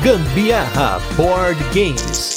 Gambiarra Board Games.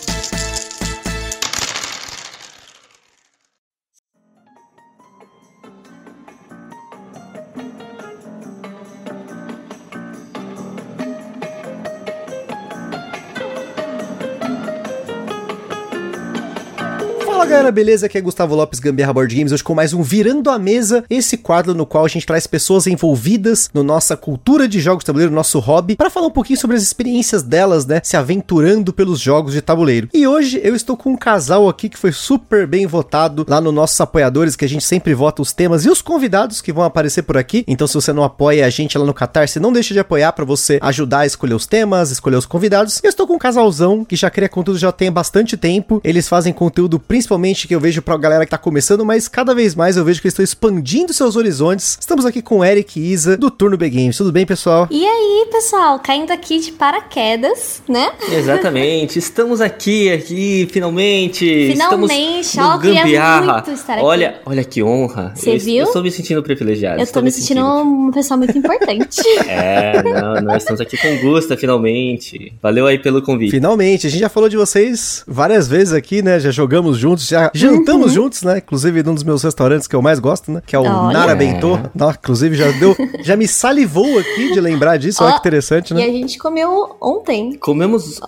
Fala galera, beleza? Aqui é Gustavo Lopes, Gambiarra Board Games, hoje com mais um Virando a Mesa, esse quadro no qual a gente traz pessoas envolvidas na nossa cultura de jogos de tabuleiro, nosso hobby, para falar um pouquinho sobre as experiências delas, né, se aventurando pelos jogos de tabuleiro. E hoje eu estou com um casal aqui que foi super bem votado lá no nossos apoiadores, que a gente sempre vota os temas e os convidados que vão aparecer por aqui. Então se você não apoia a gente lá no Catarse, não deixa de apoiar para você ajudar a escolher os temas, escolher os convidados. Eu estou com um casalzão que já cria conteúdo já tem bastante tempo, eles fazem conteúdo principalmente que eu vejo pra galera que tá começando, mas cada vez mais eu vejo que eles estão expandindo seus horizontes. Estamos aqui com o Eric e Isa, do Turno B Games. Tudo bem, pessoal? E aí, pessoal? Caindo aqui de paraquedas, né? Exatamente. Estamos aqui, finalmente. Finalmente. Estamos no Gambiarra. Muito estar aqui. Olha que honra. Você viu? Eu estou me sentindo privilegiado. Eu tô me sentindo uma pessoa muito importante. Nós estamos aqui com Gusta, finalmente. Valeu aí pelo convite. Finalmente. A gente já falou de vocês várias vezes aqui, né? Já jogamos juntos, já jantamos juntos, né? Inclusive num dos meus restaurantes que eu mais gosto, né? Que é o Nara Bentô. Inclusive já me salivou aqui de lembrar disso. Olha que interessante, né? E a gente comeu ontem. Comemos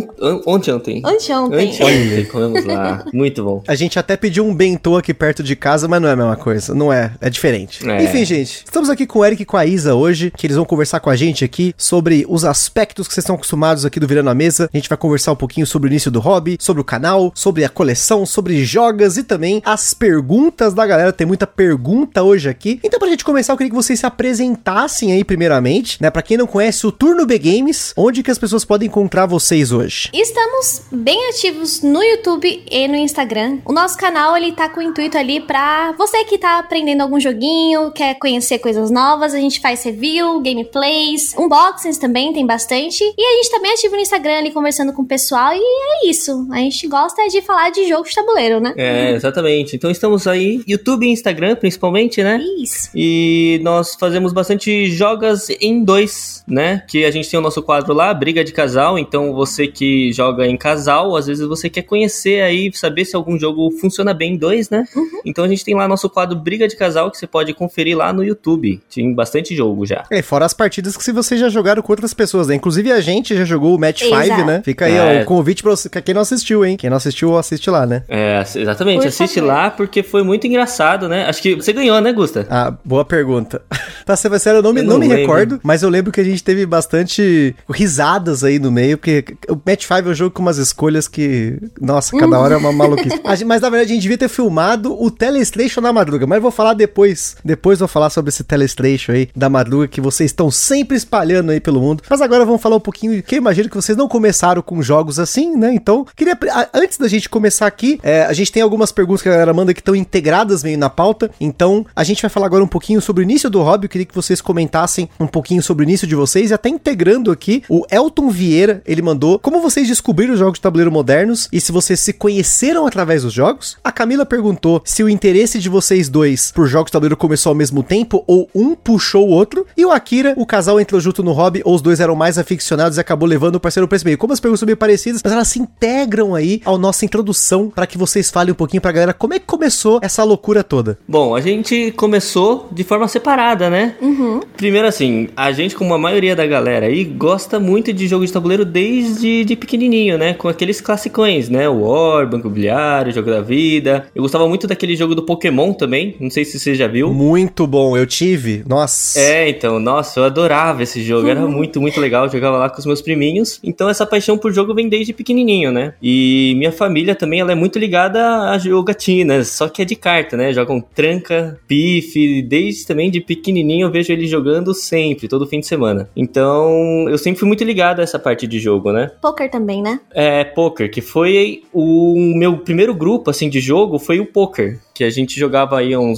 ontem. Ontem, comemos lá. Muito bom. A gente até pediu um bentô aqui perto de casa, mas não é a mesma coisa. Não é. É diferente. Enfim, gente. Estamos aqui com o Eric e com a Isa hoje, que eles vão conversar com a gente aqui sobre os aspectos que vocês estão acostumados aqui do Virando a Mesa. A gente vai conversar um pouquinho sobre o início do hobby, sobre o canal, sobre a coleção, sobre jogas e também as perguntas da galera. Tem muita pergunta hoje aqui. Então, pra gente começar, eu queria que vocês se apresentassem aí primeiramente, né? Pra quem não conhece o Turno B Games, onde que as pessoas podem encontrar vocês hoje? Estamos bem ativos no YouTube e no Instagram. O nosso canal, ele tá com o intuito ali pra você que tá aprendendo algum joguinho, quer conhecer coisas novas. A gente faz review, gameplays, unboxings também, tem bastante. E a gente tá bem ativo no Instagram ali, conversando com o pessoal. E é isso. A gente gosta de falar de jogos de tabuleiro, né? Exatamente. Então estamos aí, YouTube e Instagram principalmente, né? Isso. E nós fazemos bastante jogas em dois, né? Que a gente tem o nosso quadro lá, Briga de Casal. Então você que joga em casal, às vezes você quer conhecer aí, saber se algum jogo funciona bem em dois, né? Uhum. Então a gente tem lá nosso quadro Briga de Casal, que você pode conferir lá no YouTube. Tem bastante jogo já. Fora as partidas que vocês já jogaram com outras pessoas, né? Inclusive a gente já jogou o Match 5, né? Fica aí ó, o convite pra você, quem não assistiu, hein? Quem não assistiu, assiste lá, né? Exatamente. Assiste lá porque foi muito engraçado, né? Acho que você ganhou, né, Gusta? Boa pergunta. Pra ser sincero, eu não me recordo, mas eu lembro que a gente teve bastante risadas aí no meio, porque o Match 5 é um jogo com umas escolhas que, nossa, cada hora é uma maluquice. Mas na verdade a gente devia ter filmado o Telestration na Madruga, mas eu vou falar depois vou falar sobre esse Telestration aí da Madruga que vocês estão sempre espalhando aí pelo mundo. Mas agora vamos falar um pouquinho, que eu imagino que vocês não começaram com jogos assim, né? Então, antes da gente começar aqui, a gente tem algumas perguntas que a galera manda que estão integradas meio na pauta, então a gente vai falar agora um pouquinho sobre o início do hobby. Eu queria que vocês comentassem um pouquinho sobre o início de vocês, e até integrando aqui, o Elton Vieira, ele mandou como vocês descobriram os jogos de tabuleiro modernos e se vocês se conheceram através dos jogos. A Camila perguntou se o interesse de vocês dois por jogos de tabuleiro começou ao mesmo tempo ou um puxou o outro, e o Akira, o casal entrou junto no hobby ou os dois eram mais aficionados e acabou levando o parceiro para esse meio. Como as perguntas são meio parecidas, mas elas se integram aí à nossa introdução, para que vocês falem um pouquinho pra galera como é que começou essa loucura toda. Bom, a gente começou de forma separada, né? Uhum. Primeiro assim, a gente, como a maioria da galera aí, gosta muito de jogo de tabuleiro desde pequenininho, né? Com aqueles classicões, né? O War, Banco Imobiliário, Jogo da Vida. Eu gostava muito daquele jogo do Pokémon também, não sei se você já viu. Muito bom, eu tive, nossa. Então, nossa, eu adorava esse jogo, era muito, muito legal, eu jogava lá com os meus priminhos. Então essa paixão por jogo vem desde pequenininho, né? E minha família também, ela é muito ligada a jogatinas, só que é de carta, né? Jogam tranca, pife, desde também de pequenininho eu vejo eles jogando sempre, todo fim de semana. Então, eu sempre fui muito ligado a essa parte de jogo, né? Poker também, né? Poker, que foi o meu primeiro grupo, assim, de jogo, foi o poker. Que a gente jogava aí há uns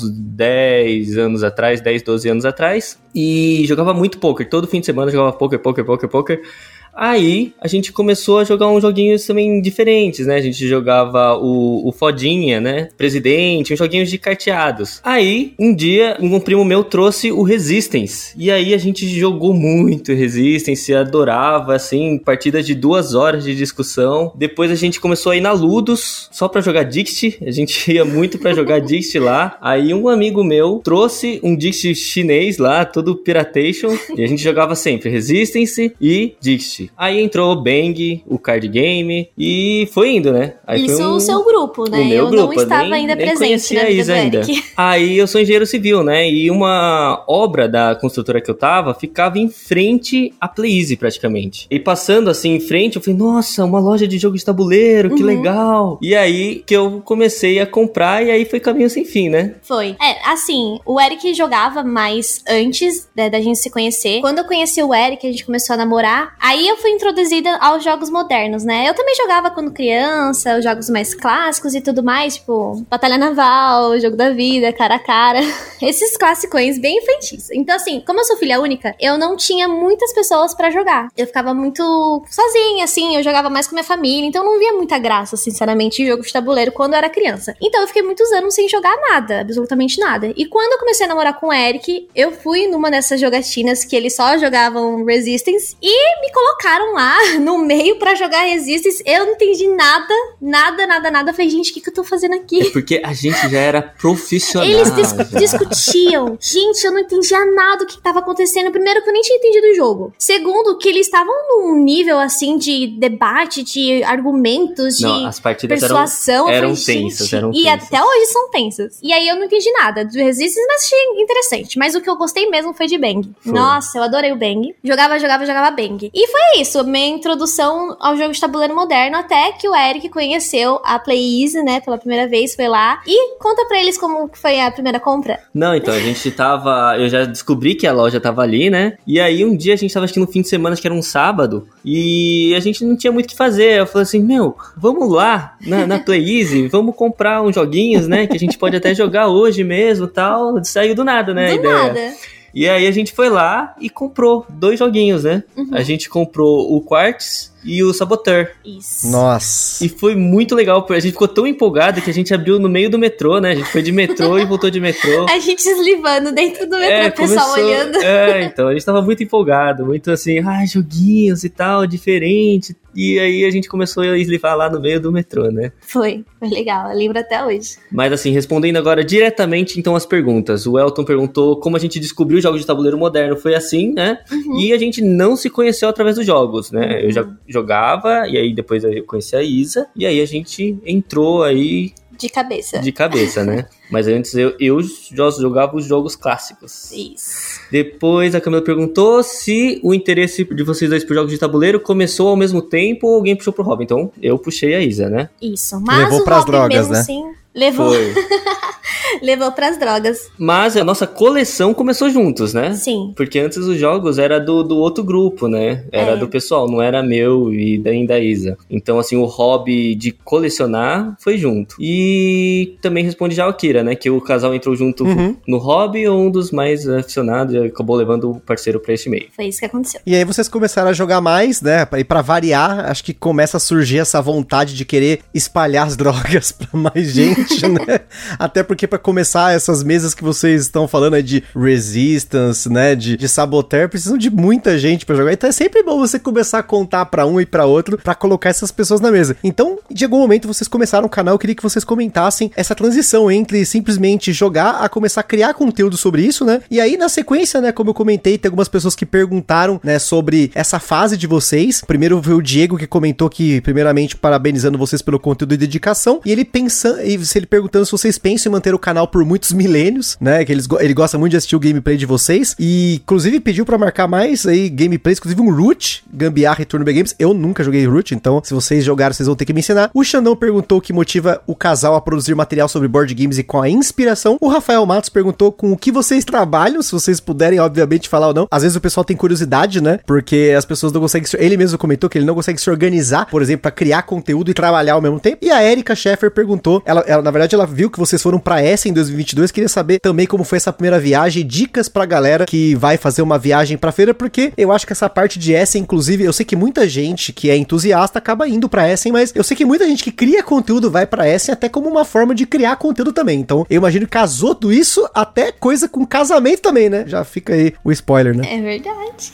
10 anos atrás, 10, 12 anos atrás. E jogava muito poker, todo fim de semana jogava poker. Aí a gente começou a jogar uns joguinhos também diferentes, né? A gente jogava o Fodinha, né? Presidente, uns joguinhos de carteados. Aí, um dia, um primo meu trouxe o Resistance. E aí a gente jogou muito Resistance, adorava, assim, partidas de 2 horas de discussão. Depois a gente começou a ir na Ludus, só pra jogar Dixit. A gente ia muito pra jogar Dixit lá. Aí um amigo meu trouxe um Dixit chinês lá, todo piratation. E a gente jogava sempre Resistance e Dixit. Aí entrou o Bang, o card game, e foi indo, né? Aí isso foi o seu grupo, né? Eu não estava ainda nem presente na vida do Eric. Aí eu sou engenheiro civil, né? E uma obra da construtora que eu tava ficava em frente à PlayEasy, praticamente. E passando assim em frente, eu falei, nossa, uma loja de jogo de tabuleiro, que legal. E aí que eu comecei a comprar, e aí foi caminho sem fim, né? Foi. Assim, o Eric jogava mais antes, né, da gente se conhecer. Quando eu conheci o Eric, a gente começou a namorar, aí eu fui introduzida aos jogos modernos, né? Eu também jogava quando criança, os jogos mais clássicos e tudo mais, tipo, Batalha Naval, Jogo da Vida, Cara a Cara. Esses classicões bem infantis. Então, assim, como eu sou filha única, eu não tinha muitas pessoas pra jogar. Eu ficava muito sozinha, assim, eu jogava mais com minha família, então eu não via muita graça, sinceramente, em jogo de tabuleiro quando eu era criança. Então eu fiquei muitos anos sem jogar nada, absolutamente nada. E quando eu comecei a namorar com o Eric, eu fui numa dessas jogatinas que eles só jogavam Resistance e me colocaram lá no meio pra jogar Resistance. Eu não entendi nada. Eu falei, gente, o que eu tô fazendo aqui? É porque a gente já era profissional. Eles discutiam. Gente, eu não entendia nada do que tava acontecendo. Primeiro, que eu nem tinha entendido o jogo. Segundo, que eles estavam num nível, assim, de debate, de argumentos, de as partidas persuasão. eram tensas. E até hoje são tensas. E aí eu não entendi nada do Resistance, mas achei interessante. Mas o que eu gostei mesmo foi de Bang. Nossa, eu adorei o Bang. Jogava Bang. E foi isso, minha introdução ao jogo de tabuleiro moderno, até que o Eric conheceu a PlayEasy, né, pela primeira vez, foi lá. E conta pra eles como foi a primeira compra. Não, então, a gente tava... Eu já descobri que a loja tava ali, né? E aí, um dia, a gente tava, acho que no fim de semana, acho que era um sábado, e a gente não tinha muito o que fazer. Eu falei assim, vamos lá na PlayEasy, vamos comprar uns joguinhos, né, que a gente pode até jogar hoje mesmo e tal. Saiu do nada, né, a ideia. Nada. E aí, a gente foi lá e comprou 2 joguinhos, né? A gente comprou o Quartz e o Saboteur. Isso. Nossa. E foi muito legal, a gente ficou tão empolgado que a gente abriu no meio do metrô, né? A gente foi de metrô e voltou de metrô. A gente eslivando dentro do metrô, o pessoal olhando. Então, a gente tava muito empolgado, muito assim, joguinhos e tal, diferente. E aí a gente começou a eslivar lá no meio do metrô, né? Foi legal, eu lembro até hoje. Mas assim, respondendo agora diretamente então as perguntas. O Elton perguntou como a gente descobriu jogos de tabuleiro moderno. Foi assim, né? E a gente não se conheceu através dos jogos, né? Eu já jogava, e aí depois eu conheci a Isa, e aí a gente entrou aí... De cabeça. De cabeça, né? Mas antes eu já jogava os jogos clássicos. Isso. Depois a Camila perguntou se o interesse de vocês dois por jogos de tabuleiro começou ao mesmo tempo ou alguém puxou pro Robin. Então eu puxei a Isa, né? Isso. Mas levou o pras Robin drogas, mesmo, né? sim, levou. Foi. Levou pras drogas. Mas a nossa coleção começou juntos, né? Sim. Porque antes os jogos era do outro grupo, né? Era do pessoal, não era meu e nem da Isa. Então, assim, o hobby de colecionar foi junto. E também responde já o Akira, né? Que o casal entrou junto no hobby, ou um dos mais aficionados e acabou levando o parceiro pra esse meio. Foi isso que aconteceu. E aí vocês começaram a jogar mais, né? E pra variar, acho que começa a surgir essa vontade de querer espalhar as drogas pra mais gente, né? Até porque pra começar essas mesas que vocês estão falando aí de Resistance, né, de Saboteur, precisam de muita gente pra jogar, então é sempre bom você começar a contar pra um e pra outro, pra colocar essas pessoas na mesa. Então, de algum momento vocês começaram o canal, eu queria que vocês comentassem essa transição entre simplesmente jogar a começar a criar conteúdo sobre isso, né, e aí na sequência, né, como eu comentei, tem algumas pessoas que perguntaram, né, sobre essa fase de vocês. Primeiro foi o Diego que comentou que, primeiramente, parabenizando vocês pelo conteúdo e dedicação, e ele perguntando se vocês pensam em manter o canal por muitos milênios, né, que ele gosta muito de assistir o gameplay de vocês, e inclusive pediu pra marcar mais aí gameplays, inclusive um Root, Gambiarra e Turno B Games. Eu nunca joguei Root, então se vocês jogaram, vocês vão ter que me ensinar. O Xandão perguntou o que motiva o casal a produzir material sobre board games e qual a inspiração. O Rafael Matos perguntou com o que vocês trabalham, se vocês puderem, obviamente, falar ou não. Às vezes o pessoal tem curiosidade, né, porque as pessoas não conseguem, ele mesmo comentou que ele não consegue se organizar, por exemplo, pra criar conteúdo e trabalhar ao mesmo tempo. E a Erika Scheffer perguntou, ela na verdade, ela viu que vocês foram pra Essen 2022. Queria saber também como foi essa primeira viagem, dicas pra galera que vai fazer uma viagem pra feira, porque eu acho que essa parte de Essen, inclusive, eu sei que muita gente que é entusiasta acaba indo pra Essen, mas eu sei que muita gente que cria conteúdo vai pra Essen até como uma forma de criar conteúdo também. Então, eu imagino que casou tudo isso, até coisa com casamento também, né? Já fica aí o spoiler, né? É verdade.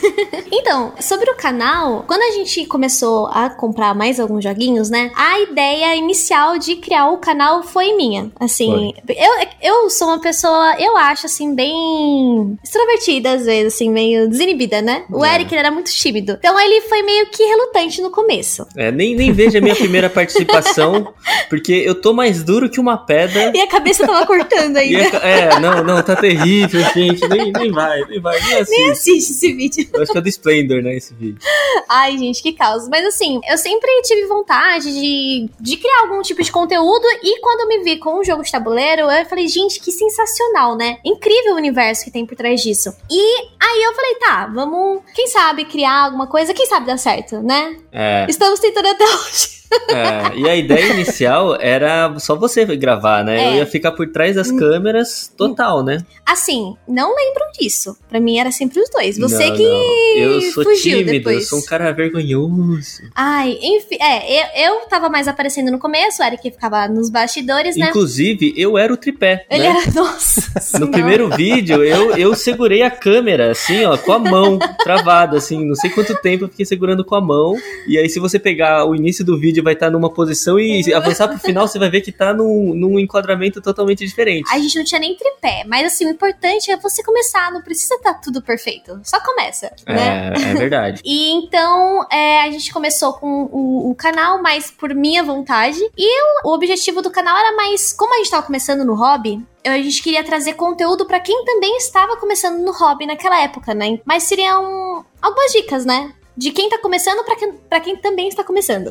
Então, sobre o canal, quando a gente começou a comprar mais alguns joguinhos, né? A ideia inicial de criar o canal foi minha. Assim, eu sou uma pessoa, eu acho, assim, bem extrovertida às vezes, assim, meio desinibida, né? O Eric, ele era muito tímido. Então, ele foi meio que relutante no começo. Nem veja a minha primeira participação, porque eu tô mais duro que uma pedra. E a cabeça tava cortando ainda. Não, tá terrível, gente. Nem vai, nem assiste esse vídeo. Eu acho que é do Splendor, né, esse vídeo. Ai, gente, que caos. Mas assim, eu sempre tive vontade de criar algum tipo de conteúdo, e quando eu me vi com um jogo de tabuleiro, eu falei, gente, que sensacional, né? Incrível o universo que tem por trás disso. E aí eu falei, tá, vamos, quem sabe criar alguma coisa, quem sabe dar certo, né? Estamos tentando até hoje. E a ideia inicial era só você gravar, né? Eu ia ficar por trás das câmeras total, né? Assim, não lembro disso. Pra mim era sempre os dois. Você não, que eu sou fugiu tímido, depois. Eu sou um cara vergonhoso. Ai, enfim, eu tava mais aparecendo no começo, o Eric ficava nos bastidores, né? Inclusive, eu era o tripé, Ele né? era, nossa. No primeiro vídeo, eu segurei a câmera, assim, ó, com a mão travada, assim, não sei quanto tempo eu fiquei segurando com a mão. E aí, se você pegar o início do vídeo, vai estar numa posição, e avançar pro final, você vai ver que tá num enquadramento totalmente diferente. A gente não tinha nem tripé, mas assim, o importante é você começar, não precisa estar tudo perfeito, só começa, né? É verdade. E então, a gente começou com o canal, mas por minha vontade, e o objetivo do canal era mais, como a gente tava começando no hobby, a gente queria trazer conteúdo pra quem também estava começando no hobby naquela época, né? Mas seriam algumas dicas, né? De quem tá começando pra quem também está começando.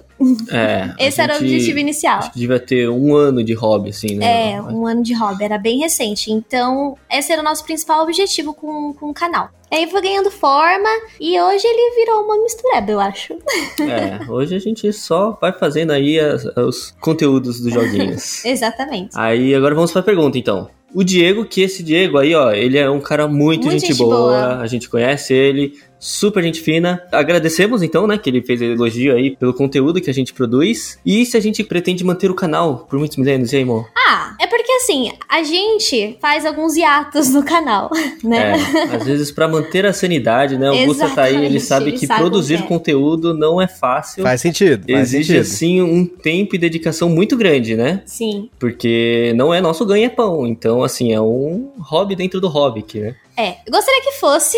Esse era o objetivo inicial. Acho que devia ter 1 ano de hobby, assim, né? 1 ano de hobby, era bem recente. Então, esse era o nosso principal objetivo com o canal. Aí foi ganhando forma, e hoje ele virou uma mistureba, eu acho. Hoje a gente só vai fazendo aí os conteúdos dos joguinhos. Exatamente. Aí agora vamos pra pergunta, então. O Diego, que esse Diego aí, ó, ele é um cara muito gente boa, a gente conhece ele, super gente fina. Agradecemos então, né, que ele fez elogio aí pelo conteúdo que a gente produz. E se a gente pretende manter o canal por muitos milênios, e aí, amor? É porque assim, a gente faz alguns hiatos no canal, né? Às vezes pra manter a sanidade, né, o Gusta tá aí, ele sabe que produzir conteúdo não é fácil. Faz sentido. Exige, assim, um tempo e dedicação muito grande, né? Sim. Porque não é nosso ganha-pão, então, assim, é um hobby dentro do hobby, né? Eu gostaria que fosse,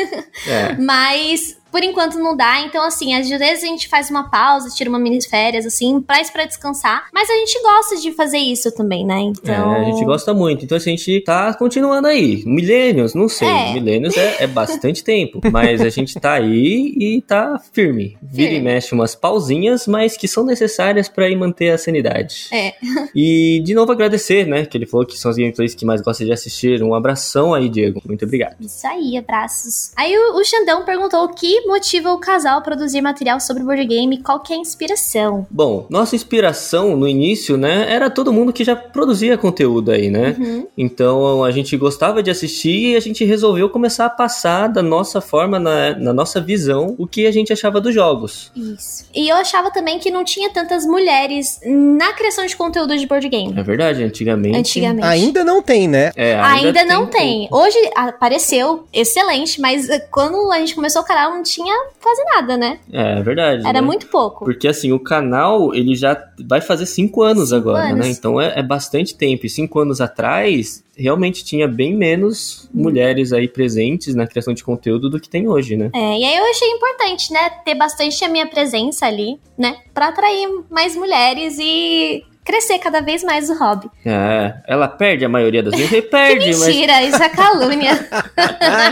mas por enquanto não dá. Então, assim, às vezes a gente faz uma pausa, tira uma mini férias, assim, pra descansar. Mas a gente gosta de fazer isso também, né? Então... a gente gosta muito. Então, assim, a gente tá continuando aí. Milênios, não sei. Milênios é bastante tempo. Mas a gente tá aí e tá firme. Vira e mexe umas pausinhas, mas que são necessárias pra ir manter a sanidade. E, de novo, agradecer, né? Que ele falou que são as gameplays que mais gosta de assistir. Um abração aí, Diego. Muito obrigado. Isso aí, abraços. Aí o Xandão perguntou o que motiva o casal a produzir material sobre board game, qual que é a inspiração? Bom, nossa inspiração no início, né, era todo mundo que já produzia conteúdo aí, né? Então a gente gostava de assistir e a gente resolveu começar a passar da nossa forma, na nossa visão, o que a gente achava dos jogos. Isso. E eu achava também que não tinha tantas mulheres na criação de conteúdo de board game. É verdade, antigamente. Ainda não tem, né? Ainda não tem. Hoje apareceu, excelente, mas quando a gente começou o canal não tinha quase nada, né? É verdade. Era muito pouco. Porque assim, o canal, ele já vai fazer 5 anos agora, né? Então é bastante tempo. E 5 anos atrás, realmente tinha bem menos mulheres aí presentes na criação de conteúdo do que tem hoje, né? E aí eu achei importante, né? Ter bastante a minha presença ali, né? Pra atrair mais mulheres e crescer cada vez mais o hobby. Ela perde a maioria das vezes, perde, que mentira, isso é calúnia.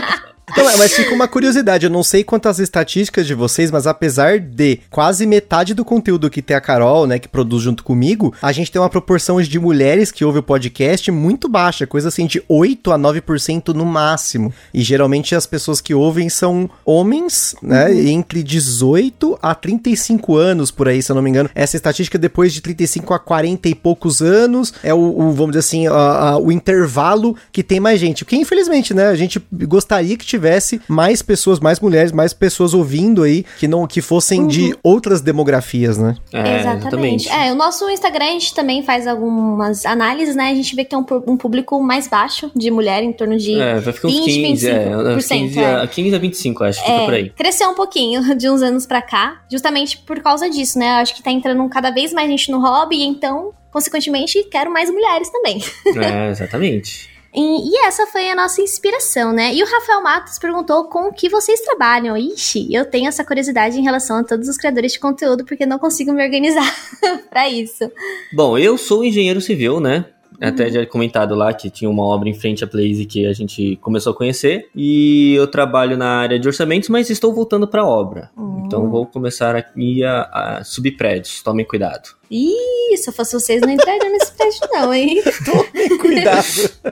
Não, mas fica uma curiosidade, eu não sei quantas estatísticas de vocês, mas apesar de quase metade do conteúdo que tem a Carol, né, que produz junto comigo, a gente tem uma proporção de mulheres que ouvem o podcast muito baixa, coisa assim de 8 a 9% no máximo. E geralmente as pessoas que ouvem são homens, né, entre 18 a 35 anos, por aí, se eu não me engano. Essa estatística depois de 35 a 40 e poucos anos é vamos dizer assim, o intervalo que tem mais gente. Porque infelizmente, né, a gente gostaria que tivesse mais pessoas, mais mulheres, mais pessoas ouvindo aí, que fossem de outras demografias, né? Exatamente. O nosso Instagram, a gente também faz algumas análises, né? A gente vê que tem um público mais baixo de mulher, em torno de vai ficar uns 15, 25%. 15 a 25, acho que fica por aí. Cresceu um pouquinho de uns anos pra cá, justamente por causa disso, né? Eu acho que tá entrando cada vez mais gente no hobby, então, consequentemente, quero mais mulheres também. Exatamente. E essa foi a nossa inspiração, né? E o Rafael Matos perguntou com o que vocês trabalham. Ixi, eu tenho essa curiosidade em relação a todos os criadores de conteúdo, porque não consigo me organizar pra isso. Bom, eu sou engenheiro civil, né? Até já comentado lá que tinha uma obra em frente à Blaze que a gente começou a conhecer. E eu trabalho na área de orçamentos, mas estou voltando para a obra. Então vou começar aqui a subir prédios. Tomem cuidado. Ih, se eu fosse vocês, não entrariam nesse prédio não, hein? Tomem cuidado.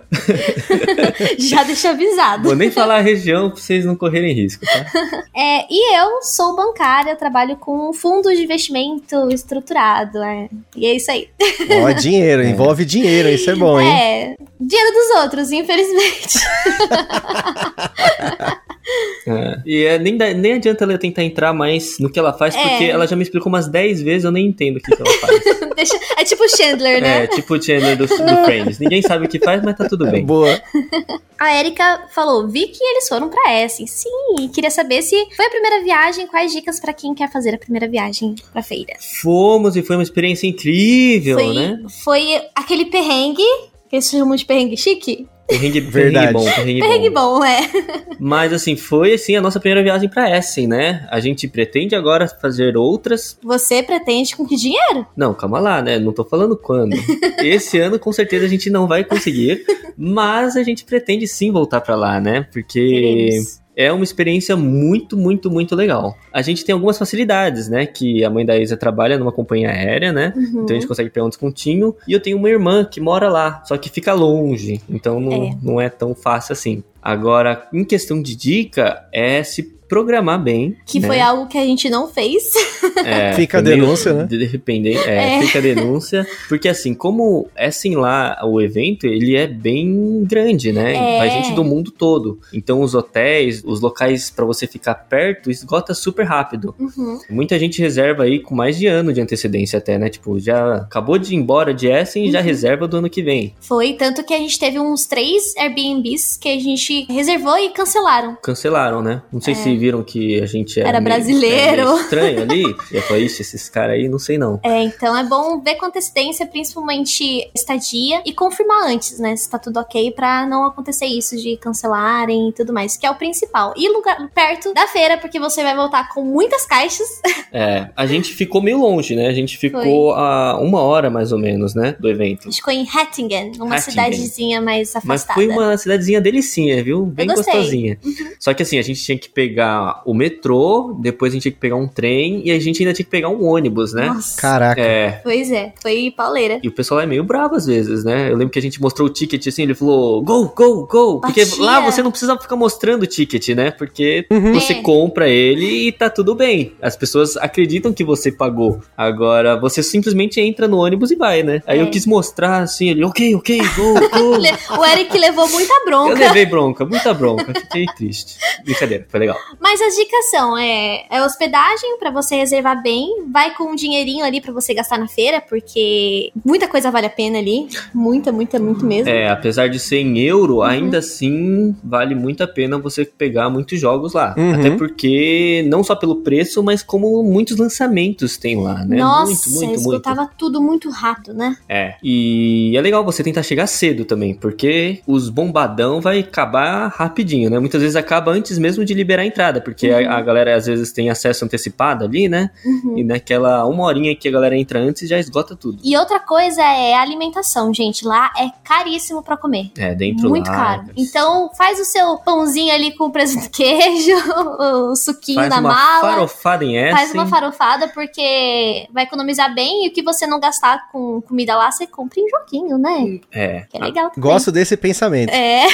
Já deixa avisado. Vou nem falar a região pra vocês não correrem risco, tá? E eu sou bancária, eu trabalho com fundos de investimento estruturado, E é isso aí. Dinheiro, envolve dinheiro, isso é bom, hein? Dinheiro dos outros, infelizmente. Nem adianta ela tentar entrar mais no que ela faz, porque ela já me explicou umas 10 vezes, eu nem entendo o que ela faz. É tipo o Chandler, né? É, tipo o Chandler do Friends. Ninguém sabe o que faz, mas tá tudo bem. Boa. A Erika falou, vi que eles foram pra Essen. Sim, queria saber se foi a primeira viagem, quais dicas pra quem quer fazer a primeira viagem pra feira. Fomos e foi uma experiência incrível, né? Foi aquele perrengue, que eles chamam de perrengue chique. Perrengue bom. Mas assim, foi assim a nossa primeira viagem pra Essen, né? A gente pretende agora fazer outras. Você pretende com que dinheiro? Não, calma lá, né? Não tô falando quando. Esse ano com certeza a gente não vai conseguir, mas a gente pretende sim voltar pra lá, né? Porque é uma experiência muito, muito, muito legal. A gente tem algumas facilidades, né? Que a mãe da Isa trabalha numa companhia aérea, né? Então a gente consegue pegar um descontinho. E eu tenho uma irmã que mora lá, só que fica longe. Então não é tão fácil assim. Agora, em questão de dica, é se programar bem. Que foi algo que a gente não fez. Fica a denúncia, né? De repente, fica a denúncia. Porque assim, como assim lá o evento, ele é bem grande, né? Vai gente do mundo todo. Então os hotéis, os locais pra você ficar perto, esgota super rápido. Muita gente reserva aí com mais de ano de antecedência até, né? Tipo, já acabou de ir embora de Essen e já reserva do ano que vem. Foi, tanto que a gente teve uns 3 Airbnbs que a gente reservou e cancelaram. Cancelaram, né? Não sei se viram que a gente era brasileiro. Meio estranho ali. E eu falei, ixi, esses caras aí, não sei não. Então é bom ver com antecedência, principalmente estadia, e confirmar antes, né, se tá tudo ok, pra não acontecer isso de cancelarem e tudo mais, que é o principal. E lugar perto da feira, porque você vai voltar com muitas caixas. A gente ficou meio longe, né? A gente ficou a 1 hora, mais ou menos, né, do evento. A gente ficou em Hattingen, uma cidadezinha mais afastada. Mas foi uma cidadezinha delicinha, viu? Bem gostosinha. Só que assim, a gente tinha que pegar o metrô, depois a gente tinha que pegar um trem e a gente ainda tinha que pegar um ônibus, né? Nossa. Caraca. Pois foi pauleira. E o pessoal é meio bravo às vezes, né? Eu lembro que a gente mostrou o ticket assim, ele falou, go, go, go. Porque lá você não precisa ficar mostrando o ticket, né? Porque você compra ele e tá tudo bem. As pessoas acreditam que você pagou. Agora, você simplesmente entra no ônibus e vai, né? Aí eu quis mostrar assim, ele, ok, go, go. O Eric levou muita bronca. Eu levei muita bronca. Fiquei triste. Brincadeira, foi legal. Mas as dicas são, hospedagem pra você reservar bem, vai com um dinheirinho ali pra você gastar na feira, porque muita coisa vale a pena ali, muito mesmo. Apesar de ser em euro, ainda assim vale muito a pena você pegar muitos jogos lá, até porque não só pelo preço, mas como muitos lançamentos tem lá, né? Nossa, esgotava tudo muito rápido, né? E é legal você tentar chegar cedo também, porque os bombadão vai acabar rapidinho, né? Muitas vezes acaba acaba antes mesmo de liberar a entrada, porque a galera às vezes tem acesso antecipado ali, né? E naquela 1 horinha que a galera entra antes, já esgota tudo. E outra coisa é a alimentação, gente. Lá é caríssimo pra comer. Dentro muito lá, caro. Então, faz o seu pãozinho ali com presunto e queijo, o suquinho na mala. Faz uma farofada em essa. Faz uma farofada, porque vai economizar bem, e o que você não gastar com comida lá, você compra em joguinho, né? Que é legal também. Gosto desse pensamento.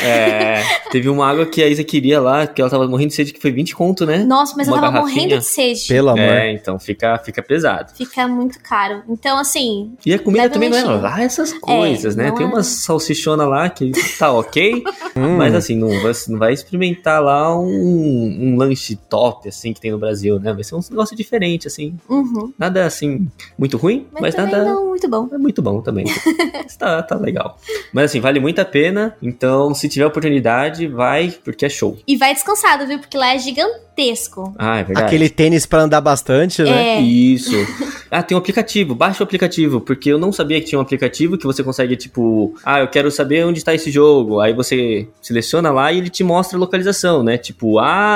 Teve uma água que a Isa queria lá, que ela tava morrendo de sede, que foi 20 conto, né? Nossa, mas uma eu tava garrafinha. morrendo de sede. Pelo amor. Então fica pesado. Fica muito caro. Então, assim... E a comida também não é lanchinho. lá essas coisas, né? Tem umas salsichona lá que tá ok, mas assim, não vai experimentar lá um lanche top, assim, que tem no Brasil, né? Vai ser um negócio diferente, assim. Nada, assim, muito ruim, mas nada... não muito bom. É muito bom também. tá legal. Mas assim, vale muito a pena. Então, se tiver oportunidade, vai, porque é show. E vai descansado, viu? Porque lá é gigantesco. É verdade. Aquele tênis pra andar bastante, né? Isso. Tem um aplicativo. Baixa o aplicativo, porque eu não sabia que tinha um aplicativo que você consegue, tipo... eu quero saber onde tá esse jogo. Aí você seleciona lá e ele te mostra a localização, né? Tipo,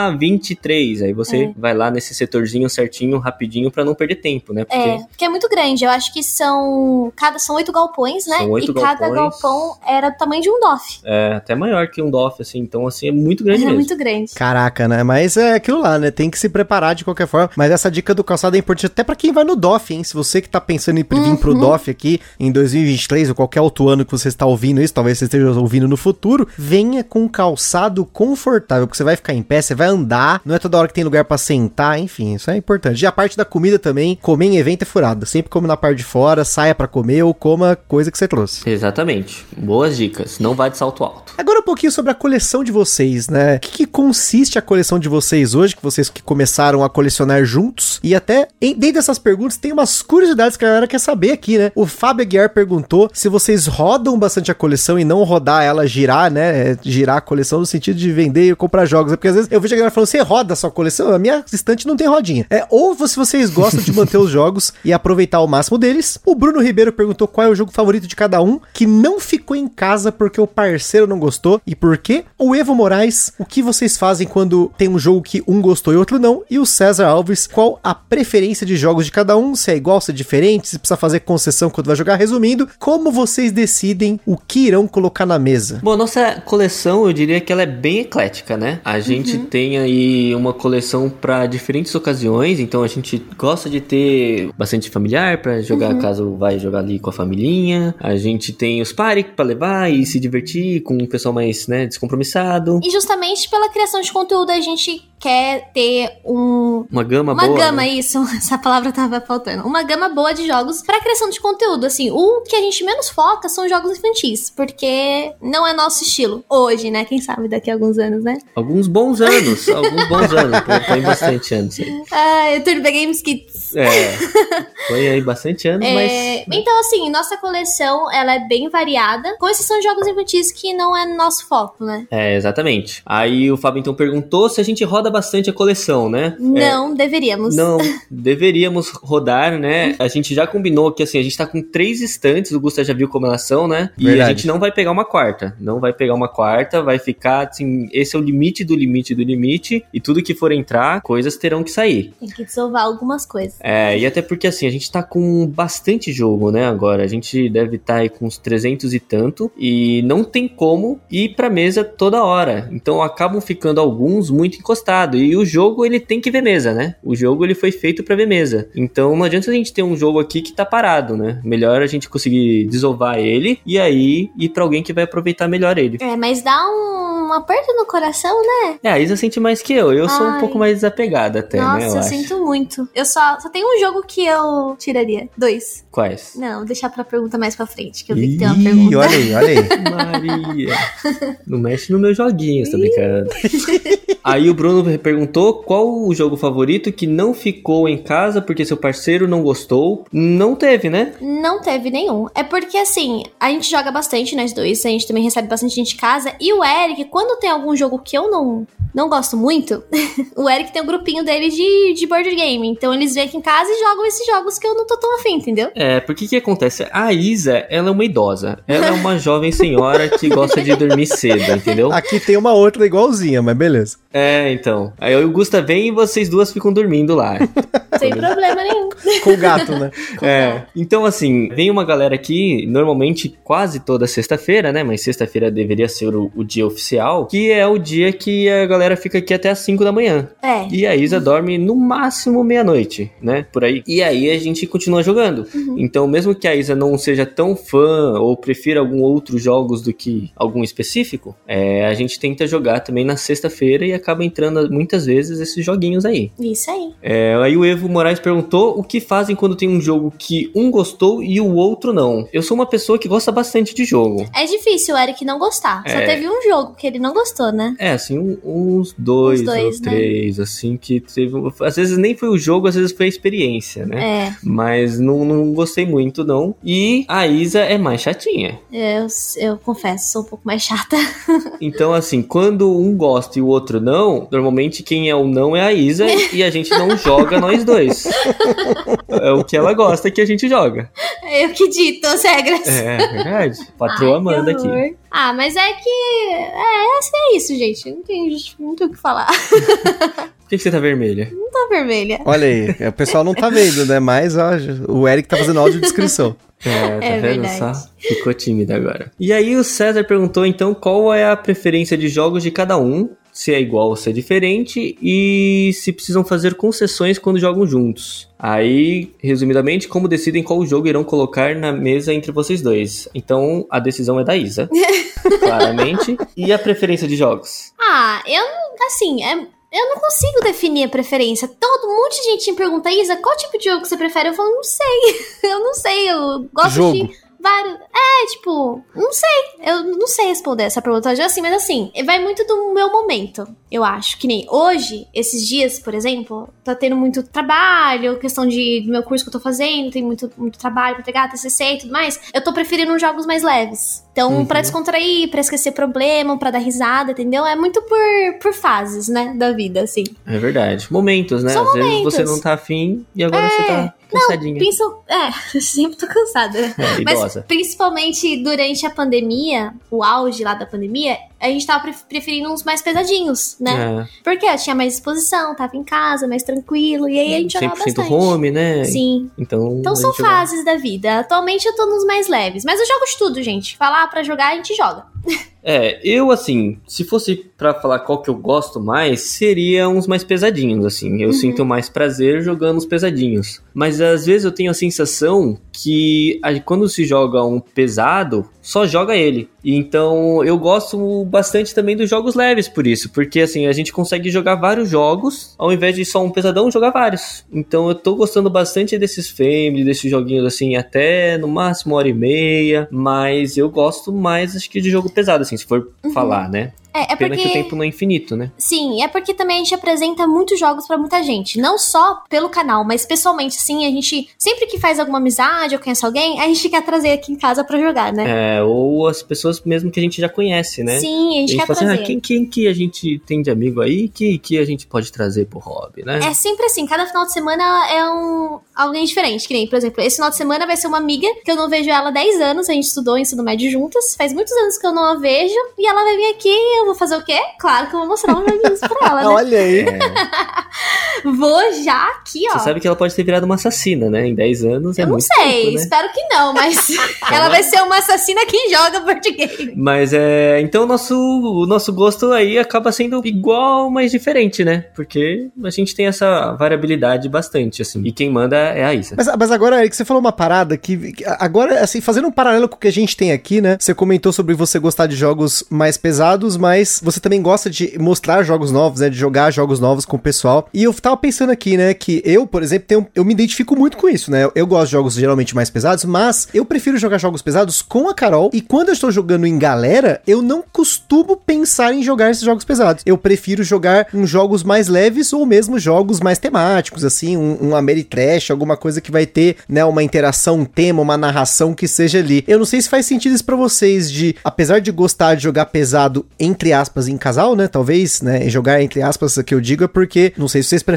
A23. Aí você vai lá nesse setorzinho certinho, rapidinho, pra não perder tempo, né? Porque é muito grande. Eu acho que são 8 galpões, né? São 8 galpões. Cada galpão era do tamanho de um DOF. Até maior que um DOF, assim. Então, assim, é muito grande mesmo. É muito grande. Caraca, né? Mas é aquilo lá, né? Tem que se preparar de qualquer forma. Mas essa dica do calçado é importante até pra quem vai no DOF, hein? Se você que tá pensando em vir pro DOF aqui em 2023 ou qualquer outro ano que você está ouvindo isso, talvez você esteja ouvindo no futuro, venha com calçado confortável, porque você vai ficar em pé, você vai andar, não é toda hora que tem lugar pra sentar, enfim, isso é importante. E a parte da comida também, comer em evento é furada. Sempre come na parte de fora, saia pra comer ou coma coisa que você trouxe. Exatamente. Boas dicas. Não vá de salto alto. Agora um pouquinho sobre a coleção de vocês, né? O que consiste a coleção de vocês hoje, que vocês que começaram a colecionar juntos? E até, dentro dessas perguntas, tem umas curiosidades que a galera quer saber aqui, né? O Fábio Aguiar perguntou se vocês rodam bastante a coleção e não rodar ela, girar, né? Girar a coleção no sentido de vender e comprar jogos. Porque às vezes eu vejo a galera falando, você roda a sua coleção? A minha estante não tem rodinha. Ou se vocês gostam de manter os jogos e aproveitar o máximo deles. O Bruno Ribeiro perguntou qual é o jogo favorito de cada um, que não ficou em casa porque o parceiro não gostou. E por quê? O Evo Moraes, o que vocês fazem quando tem um jogo que um gostou e outro não? E o César Alves, qual a preferência de jogos de cada um? Se é igual, se é diferente, se precisa fazer concessão quando vai jogar. Resumindo, como vocês decidem o que irão colocar na mesa? Bom, nossa coleção, eu diria que ela é bem eclética, né? A gente tem aí uma coleção para diferentes ocasiões, então a gente gosta de ter bastante familiar para jogar caso vai jogar ali com a familhinha. A gente tem os party para levar e se divertir com um pessoal mais, né, descompromissado. E justamente pela criação de conteúdo a gente quer ter uma gama boa. Uma gama, né? Isso. Essa palavra tava faltando. Uma gama boa de jogos pra criação de conteúdo. Assim, o que a gente menos foca são jogos infantis, porque não é nosso estilo. Hoje, né? Quem sabe daqui a alguns anos, né? Alguns bons anos. Foi bastante anos aí. Turbo Games Kids. Foi aí bastante anos, mas... Então, assim, nossa coleção, ela é bem variada, com exceção de jogos infantis que não é nosso foco, né? Exatamente. Aí o Fábio então perguntou se a gente roda bastante a coleção, né? Não, deveríamos. Não, deveríamos rodar, né? A gente já combinou que, assim, a gente tá com 3 estantes, o Gustavo já viu como elas são, né? E Verdade. a gente não vai pegar uma quarta. Não vai pegar uma quarta, vai ficar, assim, esse é o limite do limite do limite, e tudo que for entrar, coisas terão que sair. Tem que desovar algumas coisas. E até porque, assim, a gente tá com bastante jogo, né, agora. A gente deve estar aí com uns 300 e tanto, e não tem como ir pra mesa toda hora. Então, acabam ficando alguns muito encostados. E o jogo, ele tem que ver mesa, né? O jogo, ele foi feito pra ver mesa. Então, não adianta a gente ter um jogo aqui que tá parado, né? Melhor a gente conseguir desovar ele e aí ir pra alguém que vai aproveitar melhor ele. Mas dá um aperto no coração, né? A Isa sente mais que eu. Eu sou um pouco mais desapegada até, nossa, né? Eu sinto muito. Eu só tenho um jogo que eu tiraria. 2. Quais? Não, vou deixar pra pergunta mais pra frente, que eu vi que tem uma pergunta. Olha aí. Maria. Não mexe nos meus joguinhos, tá brincando? Aí o Bruno perguntou qual o jogo favorito que não ficou em casa porque seu parceiro não gostou. Não teve, né? Não teve nenhum. É porque, assim, a gente joga bastante nós dois, a gente também recebe bastante gente de casa, e o Eric, quando tem algum jogo que eu não gosto muito, o Eric tem um grupinho dele de board game, então eles vêm aqui em casa e jogam esses jogos que eu não tô tão afim, entendeu? Porque que acontece? A Isa, ela é uma idosa, ela é uma jovem senhora que gosta de dormir cedo, entendeu? Aqui tem uma outra igualzinha, mas beleza. Então. Aí o Gusta vem e vocês duas ficam dormindo lá. Sem problema nenhum. Com o gato, né? Então, assim, vem uma galera aqui, normalmente quase toda sexta-feira, né? Mas sexta-feira deveria ser o dia oficial, que é o dia que a galera fica aqui até as 5 da manhã. E a Isa dorme no máximo meia-noite, né? Por aí. E aí a gente continua jogando. Então, mesmo que a Isa não seja tão fã ou prefira algum outro jogos do que algum específico, a gente tenta jogar também na sexta-feira e acaba entrando muitas vezes esses joguinhos aí. Isso aí. Aí o Evo Moraes perguntou o que fazem quando tem um jogo que um gostou e o outro não. Eu sou uma pessoa que gosta bastante de jogo. É difícil o Eric não gostar. Só teve um jogo que ele não gostou, né? Assim, uns dois ou três, né? Assim, que teve... Às vezes nem foi o jogo, às vezes foi a experiência, né? Mas não gostei muito, não. E a Isa é mais chatinha. Eu confesso, sou um pouco mais chata. Então, assim, quando um gosta e o outro não, normalmente quem é o não é a Isa e a gente não joga nós dois. É o que ela gosta que a gente joga. Eu que dito as regras. É verdade. Patroa manda aqui. Mas é que... É isso, gente. Não tem muito o que falar. Por que você tá vermelha? Não tô vermelha. Olha aí, o pessoal não tá vendo, né? Mas ó, o Eric tá fazendo audiodescrição. Tá vendo só? Ficou tímida agora. E aí o César perguntou, então, qual é a preferência de jogos de cada um, se é igual ou se é diferente, e se precisam fazer concessões quando jogam juntos. Aí, resumidamente, como decidem qual jogo irão colocar na mesa entre vocês dois. Então, a decisão é da Isa, claramente. E a preferência de jogos? Eu não consigo definir a preferência. Um monte de gente me pergunta, Isa, qual tipo de jogo você prefere? Eu falo, não sei. Eu gosto de vários... não sei. Eu não sei responder essa pergunta. Mas assim, vai muito do meu momento, eu acho. Que nem hoje, esses dias, por exemplo, tá tendo muito trabalho, questão do meu curso que eu tô fazendo, tem muito trabalho pra entregar, TCC e tudo mais. Eu tô preferindo jogos mais leves. Então, pra descontrair, pra esquecer problema, pra dar risada, entendeu? É muito por fases, né, da vida, assim. É verdade. Momentos, né? Às vezes você não tá afim e agora você tá cansadinha. Sempre tô cansada. Mas principalmente durante a pandemia, o auge lá da pandemia, a gente tava preferindo uns mais pesadinhos, né? Porque eu tinha mais disposição, tava em casa, mais tranquilo, e aí a gente jogava bastante. 100% home, né? Sim. Então são fases da vida. Atualmente eu tô nos mais leves, mas eu jogo de tudo, gente. Falar pra jogar, a gente joga. Eu, assim, se fosse pra falar qual que eu gosto mais, seria uns mais pesadinhos, assim. Eu sinto mais prazer jogando os pesadinhos. Mas às vezes eu tenho a sensação que quando se joga um pesado, só joga ele. Então eu gosto bastante também dos jogos leves por isso. Porque assim, a gente consegue jogar vários jogos, ao invés de só um pesadão, jogar vários. Então eu tô gostando bastante desses family, desses joguinhos assim, até no máximo 1h30. Mas eu gosto mais, acho que de jogo pesado, assim, se for falar, né? Pena que o tempo não é infinito, né? Sim, é porque também a gente apresenta muitos jogos pra muita gente. Não só pelo canal, mas pessoalmente, assim, a gente, sempre que faz alguma amizade ou conhece alguém, a gente quer trazer aqui em casa pra jogar, né? Ou as pessoas mesmo que a gente já conhece, né? Sim, a gente quer fala trazer. Assim, quem que a gente tem de amigo aí que a gente pode trazer pro hobby, né? É sempre assim, cada final de semana é alguém diferente. Que nem, por exemplo, esse final de semana vai ser uma amiga que eu não vejo ela há 10 anos, a gente estudou ensino médio juntas, faz muitos anos que eu não a vejo, e ela vai vir aqui. Eu vou fazer o quê? Claro que eu vou mostrar um joguinho pra ela, né? Olha aí. Vou já aqui, ó. Você sabe que ela pode ter virado uma assassina, né? Em 10 anos é muito tempo, né? Eu não sei, espero que não, mas ela vai ser uma assassina quem joga board game. Mas então o nosso gosto aí acaba sendo igual, mas diferente, né? Porque a gente tem essa variabilidade bastante, assim. E quem manda é a Isa. Mas agora, Eric, você falou uma parada que... Agora, assim, fazendo um paralelo com o que a gente tem aqui, né? Você comentou sobre você gostar de jogos mais pesados, mas você também gosta de mostrar jogos novos, né? De jogar jogos novos com o pessoal. E eu tava pensando aqui, né? Que eu, por exemplo, eu me identifico muito com isso, né? Eu gosto de jogos geralmente mais pesados, mas eu prefiro jogar jogos pesados com a Carol. E quando eu estou jogando em galera, eu não costumo pensar em jogar esses jogos pesados. Eu prefiro jogar uns jogos mais leves ou mesmo jogos mais temáticos, assim, um Ameritrash, alguma coisa que vai ter, né, uma interação, um tema, uma narração que seja ali. Eu não sei se faz sentido isso pra vocês, apesar de gostar de jogar pesado, entre aspas, em casal, né, talvez, né, jogar entre aspas, que eu digo, é porque, não sei se vocês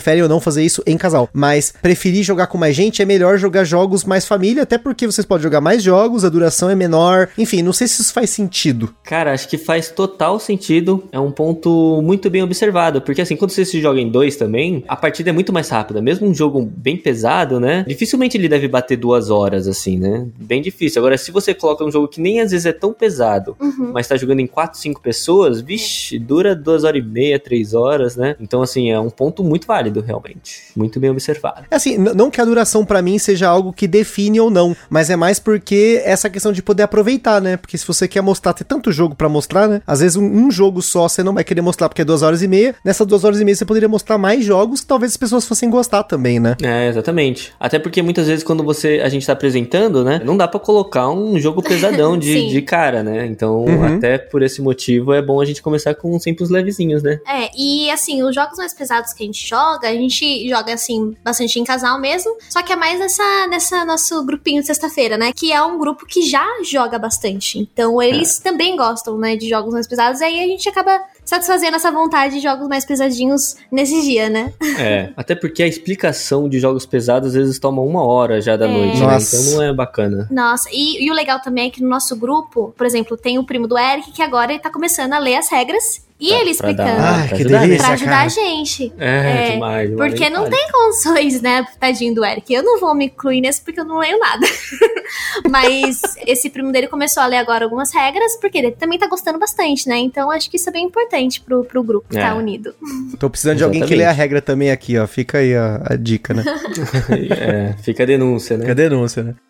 preferem ou não fazer isso em casal. Mas preferir jogar com mais gente, é melhor jogar jogos mais família, até porque vocês podem jogar mais jogos, a duração é menor. Enfim, não sei se isso faz sentido. Cara, acho que faz total sentido. É um ponto muito bem observado. Porque assim, quando você se joga em 2 também, a partida é muito mais rápida. Mesmo um jogo bem pesado, né? Dificilmente ele deve bater 2 horas, assim, né? Bem difícil. Agora, se você coloca um jogo que nem às vezes é tão pesado, mas tá jogando em 4, 5 pessoas, vixe, dura 2 horas e meia, 3 horas, né? Então, assim, é um ponto muito válido, realmente. Muito bem observado. Assim, não que a duração pra mim seja algo que define ou não, mas é mais porque essa questão de poder aproveitar, né? Porque se você quer mostrar, ter tanto jogo pra mostrar, né? Às vezes um jogo só você não vai querer mostrar porque é 2 horas e meia. Nessas 2 horas e meia você poderia mostrar mais jogos que talvez as pessoas fossem gostar também, né? É, exatamente. Até porque muitas vezes quando a gente tá apresentando, né? Não dá pra colocar um jogo pesadão de cara, né? Então, até por esse motivo é bom a gente começar com sempre os levezinhos, né? É, e assim, os jogos mais pesados que a gente joga assim, bastante em casal mesmo, só que é mais nessa nosso grupinho de sexta-feira, né? Que é um grupo que já joga bastante. Então, eles também gostam, né, de jogos mais pesados, e aí a gente acaba satisfazendo essa vontade de jogos mais pesadinhos nesse dia, né? É, até porque a explicação de jogos pesados às vezes toma 1 hora já da noite, né? Então não é bacana. Nossa, e o legal também é que no nosso grupo, por exemplo, tem o primo do Eric, que agora ele tá começando a ler as regras. E ele explicando pra ajudar a gente. Demais. Porque não tem condições, né, tadinho do Eric. Eu não vou me incluir nesse porque eu não leio nada. Mas esse primo dele começou a ler agora algumas regras, porque ele também tá gostando bastante, né? Então acho que isso é bem importante pro grupo estar unido. Tô precisando de alguém que lê a regra também aqui, ó. Fica aí a dica, né? Fica a denúncia, né? Fica a denúncia, né?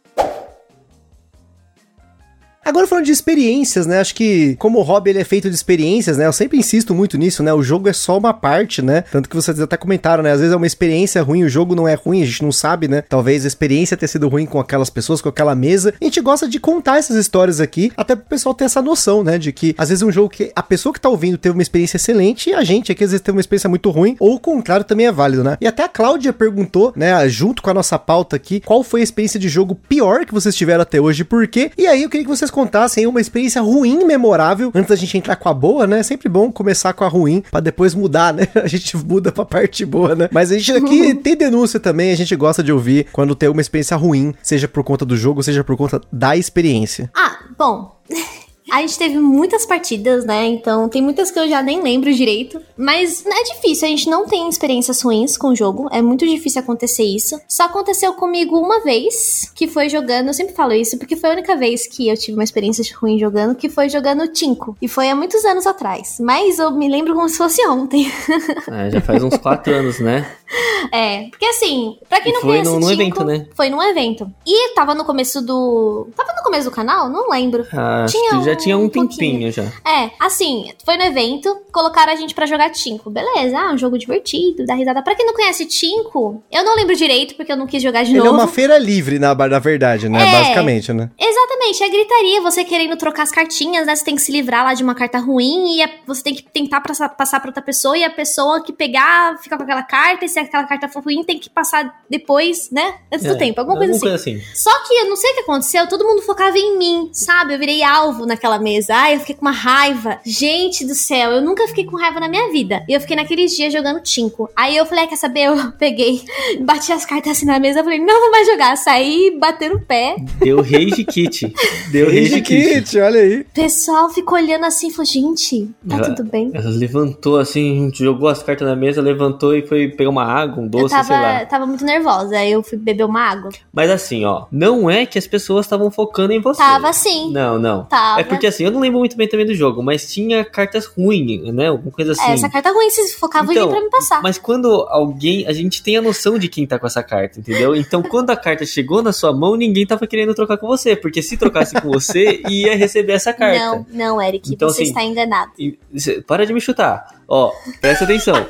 Agora falando de experiências, né, acho que como o hobby ele é feito de experiências, né, eu sempre insisto muito nisso, né, o jogo é só uma parte, né, tanto que vocês até comentaram, né, às vezes é uma experiência ruim, o jogo não é ruim, a gente não sabe, né, talvez a experiência tenha sido ruim com aquelas pessoas, com aquela mesa, a gente gosta de contar essas histórias aqui, até pro pessoal ter essa noção, né, de que às vezes um jogo que a pessoa que tá ouvindo teve uma experiência excelente e a gente aqui às vezes teve uma experiência muito ruim, ou o contrário também é válido, né, e até a Cláudia perguntou, né, junto com a nossa pauta aqui, qual foi a experiência de jogo pior que vocês tiveram até hoje e por quê, e aí eu queria que vocês contassem uma experiência ruim, memorável, antes da gente entrar com a boa, né? É sempre bom começar com a ruim, pra depois mudar, né? A gente muda pra parte boa, né? Mas a gente aqui tem denúncia também, a gente gosta de ouvir quando tem uma experiência ruim, seja por conta do jogo, seja por conta da experiência. Bom... A gente teve muitas partidas, né? Então tem muitas que eu já nem lembro direito. Mas é difícil, a gente não tem experiências ruins com o jogo. É muito difícil acontecer isso. Só aconteceu comigo uma vez, que foi jogando... Eu sempre falo isso, porque foi a única vez que eu tive uma experiência ruim jogando, que foi jogando Tinko. E foi há muitos anos atrás. Mas eu me lembro como se fosse ontem. Já faz uns 4 anos, né? Porque assim, pra quem não conhece Tinko... Foi num evento, né? Foi num evento. E tava no começo do... Tava no começo do canal? Não lembro. Já tinha um tempinho já. Assim, foi no evento, colocaram a gente pra jogar Tinko. Beleza, um jogo divertido, dá risada. Pra quem não conhece Tinko, eu não lembro direito, porque eu não quis jogar de novo. Ele é uma feira livre, na verdade, né? Basicamente, né? Exatamente, é gritaria, você querendo trocar as cartinhas, né? Você tem que se livrar lá de uma carta ruim e você tem que tentar passar pra outra pessoa e a pessoa que pegar fica com aquela carta e se aquela carta for ruim tem que passar depois, né? Antes do tempo, alguma coisa assim. Só que eu não sei o que aconteceu, todo mundo focava em mim, sabe? Eu virei alvo naquela mesa. Eu fiquei com uma raiva. Gente do céu, eu nunca fiquei com raiva na minha vida. E eu fiquei naqueles dias jogando Tinko. Aí eu falei, quer saber? Eu peguei, bati as cartas assim na mesa, falei, não vou mais jogar. Saí, batendo o pé. Deu rage kit. Rage kit, olha aí. O pessoal ficou olhando assim e falou, gente, tudo bem? Ela levantou assim, jogou as cartas na mesa, levantou e foi pegar uma água, um doce, sei lá. Eu tava muito nervosa, aí eu fui beber uma água. Mas assim, ó, não é que as pessoas estavam focando em você. Tava sim. Não. Tava. É porque assim, eu não lembro muito bem também do jogo, mas tinha cartas ruins, né? Alguma coisa assim. Essa carta ruim, vocês focavam em mim pra me passar. Mas quando a gente tem a noção de quem tá com essa carta, entendeu? Então quando a carta chegou na sua mão, ninguém tava querendo trocar com você, porque se trocasse com você, ia receber essa carta. Não, Eric, então, você está enganado. Para de me chutar. Ó, presta atenção.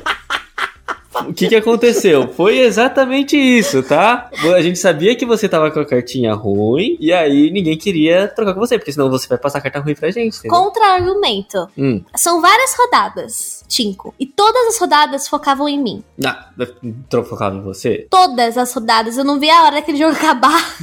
O que aconteceu? Foi exatamente isso, tá? A gente sabia que você tava com a cartinha ruim e aí ninguém queria trocar com você, porque senão você vai passar a carta ruim pra gente, entendeu? Contra-argumento. São várias rodadas, Tinko. E todas as rodadas focavam em mim. Focavam em você? Todas as rodadas. Eu não vi a hora daquele jogo acabar.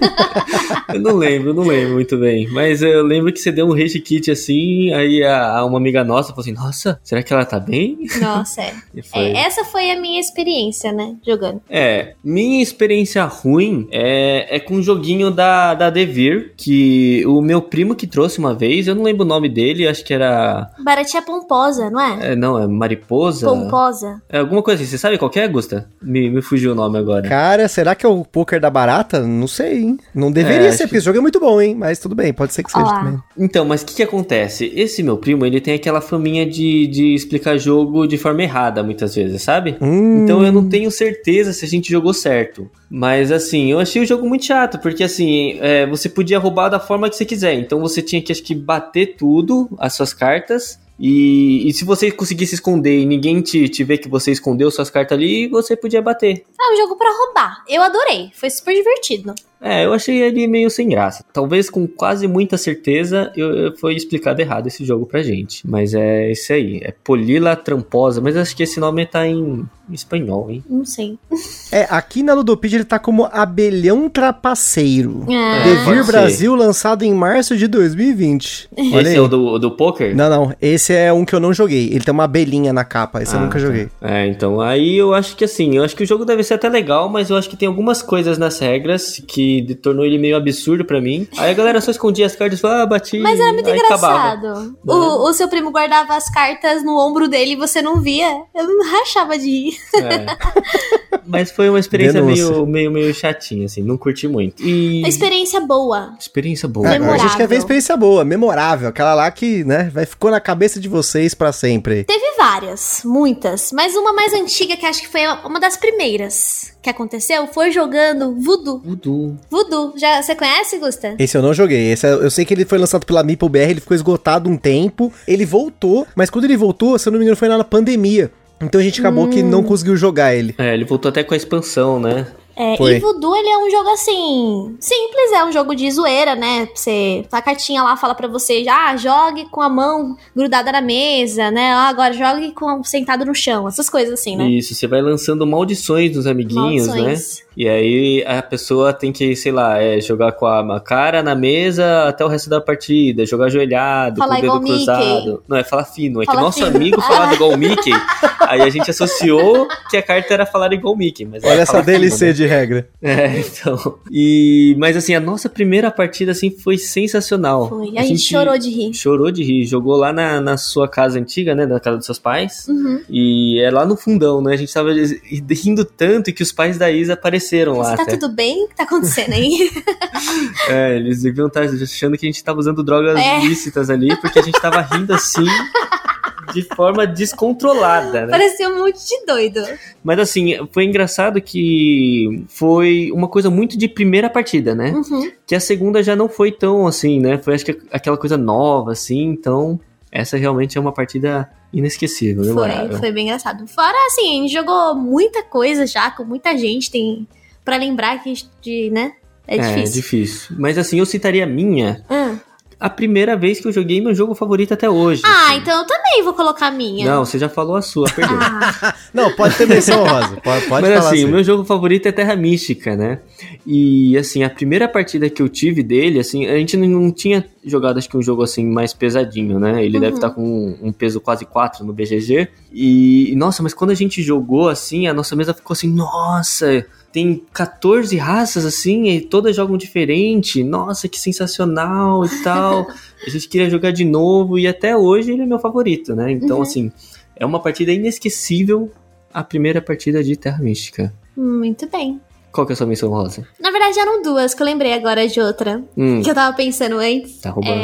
Eu não lembro muito bem. Mas eu lembro que você deu um rage kit assim, aí uma amiga nossa falou assim, nossa, será que ela tá bem? Nossa, essa foi foi a minha experiência, né, jogando. Minha experiência ruim é com um joguinho da Devir, que o meu primo que trouxe uma vez, eu não lembro o nome dele, acho que era... Baratinha Pomposa, não é? Não, é Mariposa? Pomposa. É alguma coisa assim, você sabe qual que é, Gusta? Me fugiu o nome agora. Cara, será que é o poker da barata? Não sei, hein? Não deveria ser, porque esse jogo é muito bom, hein? Mas tudo bem, pode ser que seja também. Então, mas o que acontece? Esse meu primo, ele tem aquela faminha de explicar jogo de forma errada, muitas vezes, sabe? Então eu não tenho certeza se a gente jogou certo. Mas assim, eu achei o jogo muito chato, porque assim, você podia roubar da forma que você quiser. Então você tinha que, acho que, bater tudo, as suas cartas. E se você conseguisse esconder e ninguém te ver que você escondeu suas cartas ali, você podia bater. Um jogo pra roubar. Eu adorei. Foi super divertido. Eu achei ele meio sem graça. Talvez com quase muita certeza foi explicado errado esse jogo pra gente. Mas é isso aí. É Polila Tramposa. Mas acho que esse nome tá em espanhol, hein? Não sei. Aqui na Ludopedia ele tá como Abelhão Trapaceiro. Devir Brasil, lançado em março de 2020. Olha esse aí. é o do poker? Não. Esse é um que eu não joguei. Ele tem uma abelhinha na capa. Esse eu nunca joguei. Então aí eu acho que assim, eu acho que o jogo deve ser até legal, mas eu acho que tem algumas coisas nas regras que tornou ele meio absurdo pra mim. Aí a galera só escondia as cartas e falava, bati. Mas era muito engraçado. Acabava. O seu primo guardava as cartas no ombro dele e você não via. Eu não rachava de rir. Mas foi uma experiência meio chatinha, assim, não curti muito. Uma experiência boa. Experiência boa. A gente quer ver experiência boa, memorável, aquela lá que, né, ficou na cabeça de vocês pra sempre. Teve várias, muitas, mas uma mais antiga que acho que foi uma das primeiras que aconteceu foi jogando Voodoo. Já você conhece, Gusta? Esse eu não joguei. Eu sei que ele foi lançado pela MeepleBR, ele ficou esgotado um tempo, ele voltou, mas quando ele voltou, se eu não me engano, foi na pandemia. Então a gente acabou que não conseguiu jogar ele. Ele voltou até com a expansão, né? E Voodoo, ele é um jogo assim, simples, é um jogo de zoeira, né? A cartinha lá fala pra você, jogue com a mão grudada na mesa, né? Agora jogue sentado no chão, essas coisas assim, né? Isso, você vai lançando maldições nos amiguinhos, né? E aí a pessoa tem que, sei lá, jogar com a cara na mesa até o resto da partida, jogar ajoelhado, falar com o dedo cruzado. Mickey. Não, falar fino. Que nosso amigo falava igual o Mickey, aí a gente associou que a carta era falar igual o Mickey. Mas olha essa DLC fino, né? De regra. Então. Mas assim, a nossa primeira partida assim foi sensacional. Foi, a gente chorou de rir. Chorou de rir. Jogou lá na sua casa antiga, né? Na casa dos seus pais. E lá no fundão, né? A gente tava rindo tanto que os pais da Isa apareceram lá. Tá tudo bem? O que tá acontecendo aí? Eles deviam estar achando que a gente tava usando drogas ilícitas ali, porque a gente tava rindo assim, de forma descontrolada, né? Parecia um monte de doido. Mas assim, foi engraçado que foi uma coisa muito de primeira partida, né? Que a segunda já não foi tão assim, né? Foi, acho que, aquela coisa nova, assim, então... Essa realmente é uma partida inesquecível, memorável. Foi bem engraçado. Fora, assim, a gente jogou muita coisa já, com muita gente, tem... Pra lembrar que, né? É difícil. É difícil. Mas assim, eu citaria a minha... A primeira vez que eu joguei meu jogo favorito até hoje. Assim. Então eu também vou colocar a minha. Não, você já falou a sua, perdeu. Não, pode ter menção, Rosa. Pode mas falar assim, o meu jogo favorito é Terra Mística, né? E assim, a primeira partida que eu tive dele, assim, a gente não tinha jogado, acho que um jogo assim mais pesadinho, né? Ele deve estar com um peso quase 4 no BGG. E nossa, mas quando a gente jogou assim, a nossa mesa ficou assim, nossa... Tem 14 raças, assim, e todas jogam diferente. Nossa, que sensacional e tal. A gente queria jogar de novo e até hoje ele é meu favorito, né? Então, assim, é uma partida inesquecível, a primeira partida de Terra Mística. Muito bem. Qual que é a sua menção, Rosa? Na verdade, eram duas, que eu lembrei agora de outra. Que eu tava pensando antes. Tá roubando.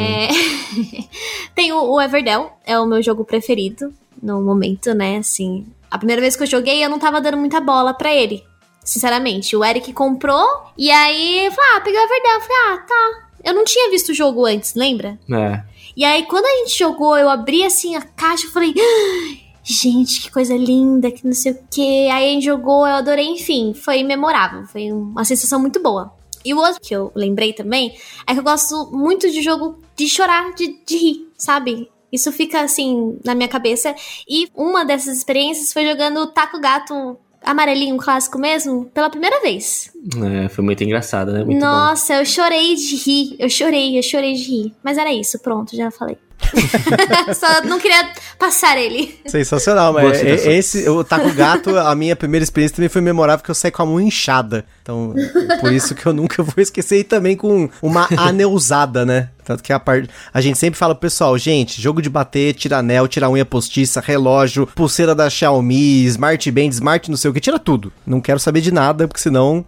Tem o Everdell, é o meu jogo preferido no momento, né? Assim, a primeira vez que eu joguei, eu não tava dando muita bola pra ele. Sinceramente, o Eric comprou e aí eu falei, peguei o Everdell. Eu falei, tá. Eu não tinha visto o jogo antes, lembra? E aí, quando a gente jogou, eu abri assim a caixa e falei, gente, que coisa linda, que não sei o quê. Aí a gente jogou, eu adorei, enfim, foi memorável, foi uma sensação muito boa. E o outro que eu lembrei também é que eu gosto muito de jogo de chorar, de rir, sabe? Isso fica assim na minha cabeça. E uma dessas experiências foi jogando Taco Gato amarelinho, clássico mesmo, pela primeira vez. Foi muito engraçado, né? Muito Nossa, bom. Eu chorei de rir. Eu chorei de rir. Mas era isso, pronto, já falei. Só não queria passar ele. Sensacional, mas esse, o Taco Gato, a minha primeira experiência também foi memorável, porque eu saí com a mão inchada. Então, por isso que eu nunca vou esquecer. E também com uma aneusada, né? Tanto que a gente sempre fala pro pessoal, gente, jogo de bater, tira anel, tira unha postiça, relógio, pulseira da Xiaomi, Smart Band, Smart não sei o que, tira tudo. Não quero saber de nada, porque senão...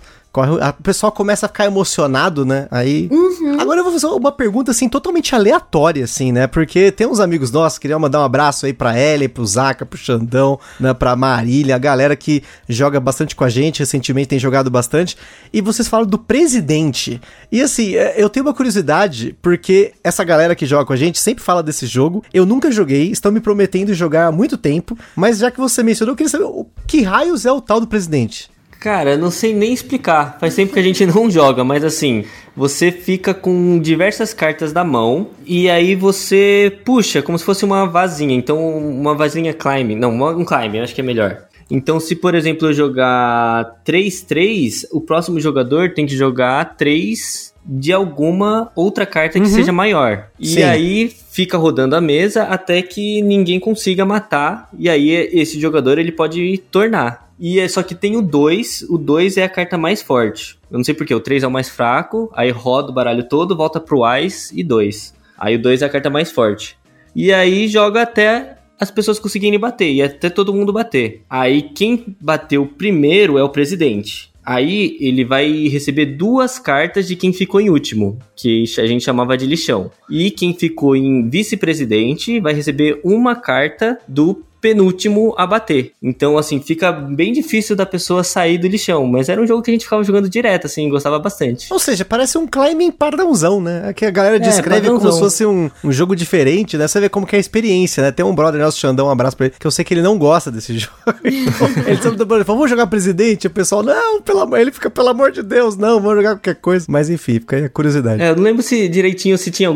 o pessoal começa a ficar emocionado, né? Aí... Agora eu vou fazer uma pergunta, assim, totalmente aleatória, assim, né? Porque tem uns amigos nossos, queria mandar um abraço aí pra Ellie, pro Zaca, pro Xandão, né? Pra Marília, a galera que joga bastante com a gente, recentemente tem jogado bastante. E vocês falam do presidente. E assim, eu tenho uma curiosidade, porque essa galera que joga com a gente sempre fala desse jogo. Eu nunca joguei, estão me prometendo jogar há muito tempo. Mas já que você mencionou, eu queria saber que raios é o tal do presidente? Cara, eu não sei nem explicar. Faz tempo que a gente não joga, mas assim, você fica com diversas cartas na mão e aí você puxa como se fosse uma vasinha. Então, uma vasinha climb. Não, um climb, eu acho que é melhor. Então, se por exemplo eu jogar 3-3, o próximo jogador tem que jogar 3 de alguma outra carta que seja maior. E aí fica rodando a mesa até que ninguém consiga matar. E aí esse jogador ele pode tornar. E só que tem o 2 é a carta mais forte. Eu não sei porquê, o 3 é o mais fraco, aí roda o baralho todo, volta pro Ás e 2. Aí o 2 é a carta mais forte. E aí joga até as pessoas conseguirem bater, e até todo mundo bater. Aí quem bateu primeiro é o presidente. Aí ele vai receber 2 cartas de quem ficou em último, que a gente chamava de lixão. E quem ficou em vice-presidente vai receber 1 carta do penúltimo a bater. Então, assim, fica bem difícil da pessoa sair do lixão. Mas era um jogo que a gente ficava jogando direto, assim, gostava bastante. Ou seja, parece um climbing pardãozão, né? Que a galera descreve como se fosse um jogo diferente, né? Você vê como que é a experiência, né? Tem um brother nosso, Xandão, um abraço pra ele, que eu sei que ele não gosta desse jogo. Ele sempre falou, vamos jogar presidente? O pessoal, não, ele fica, pelo amor de Deus, não, vamos jogar qualquer coisa. Mas enfim, fica aí a curiosidade. Eu não lembro se direitinho se tinha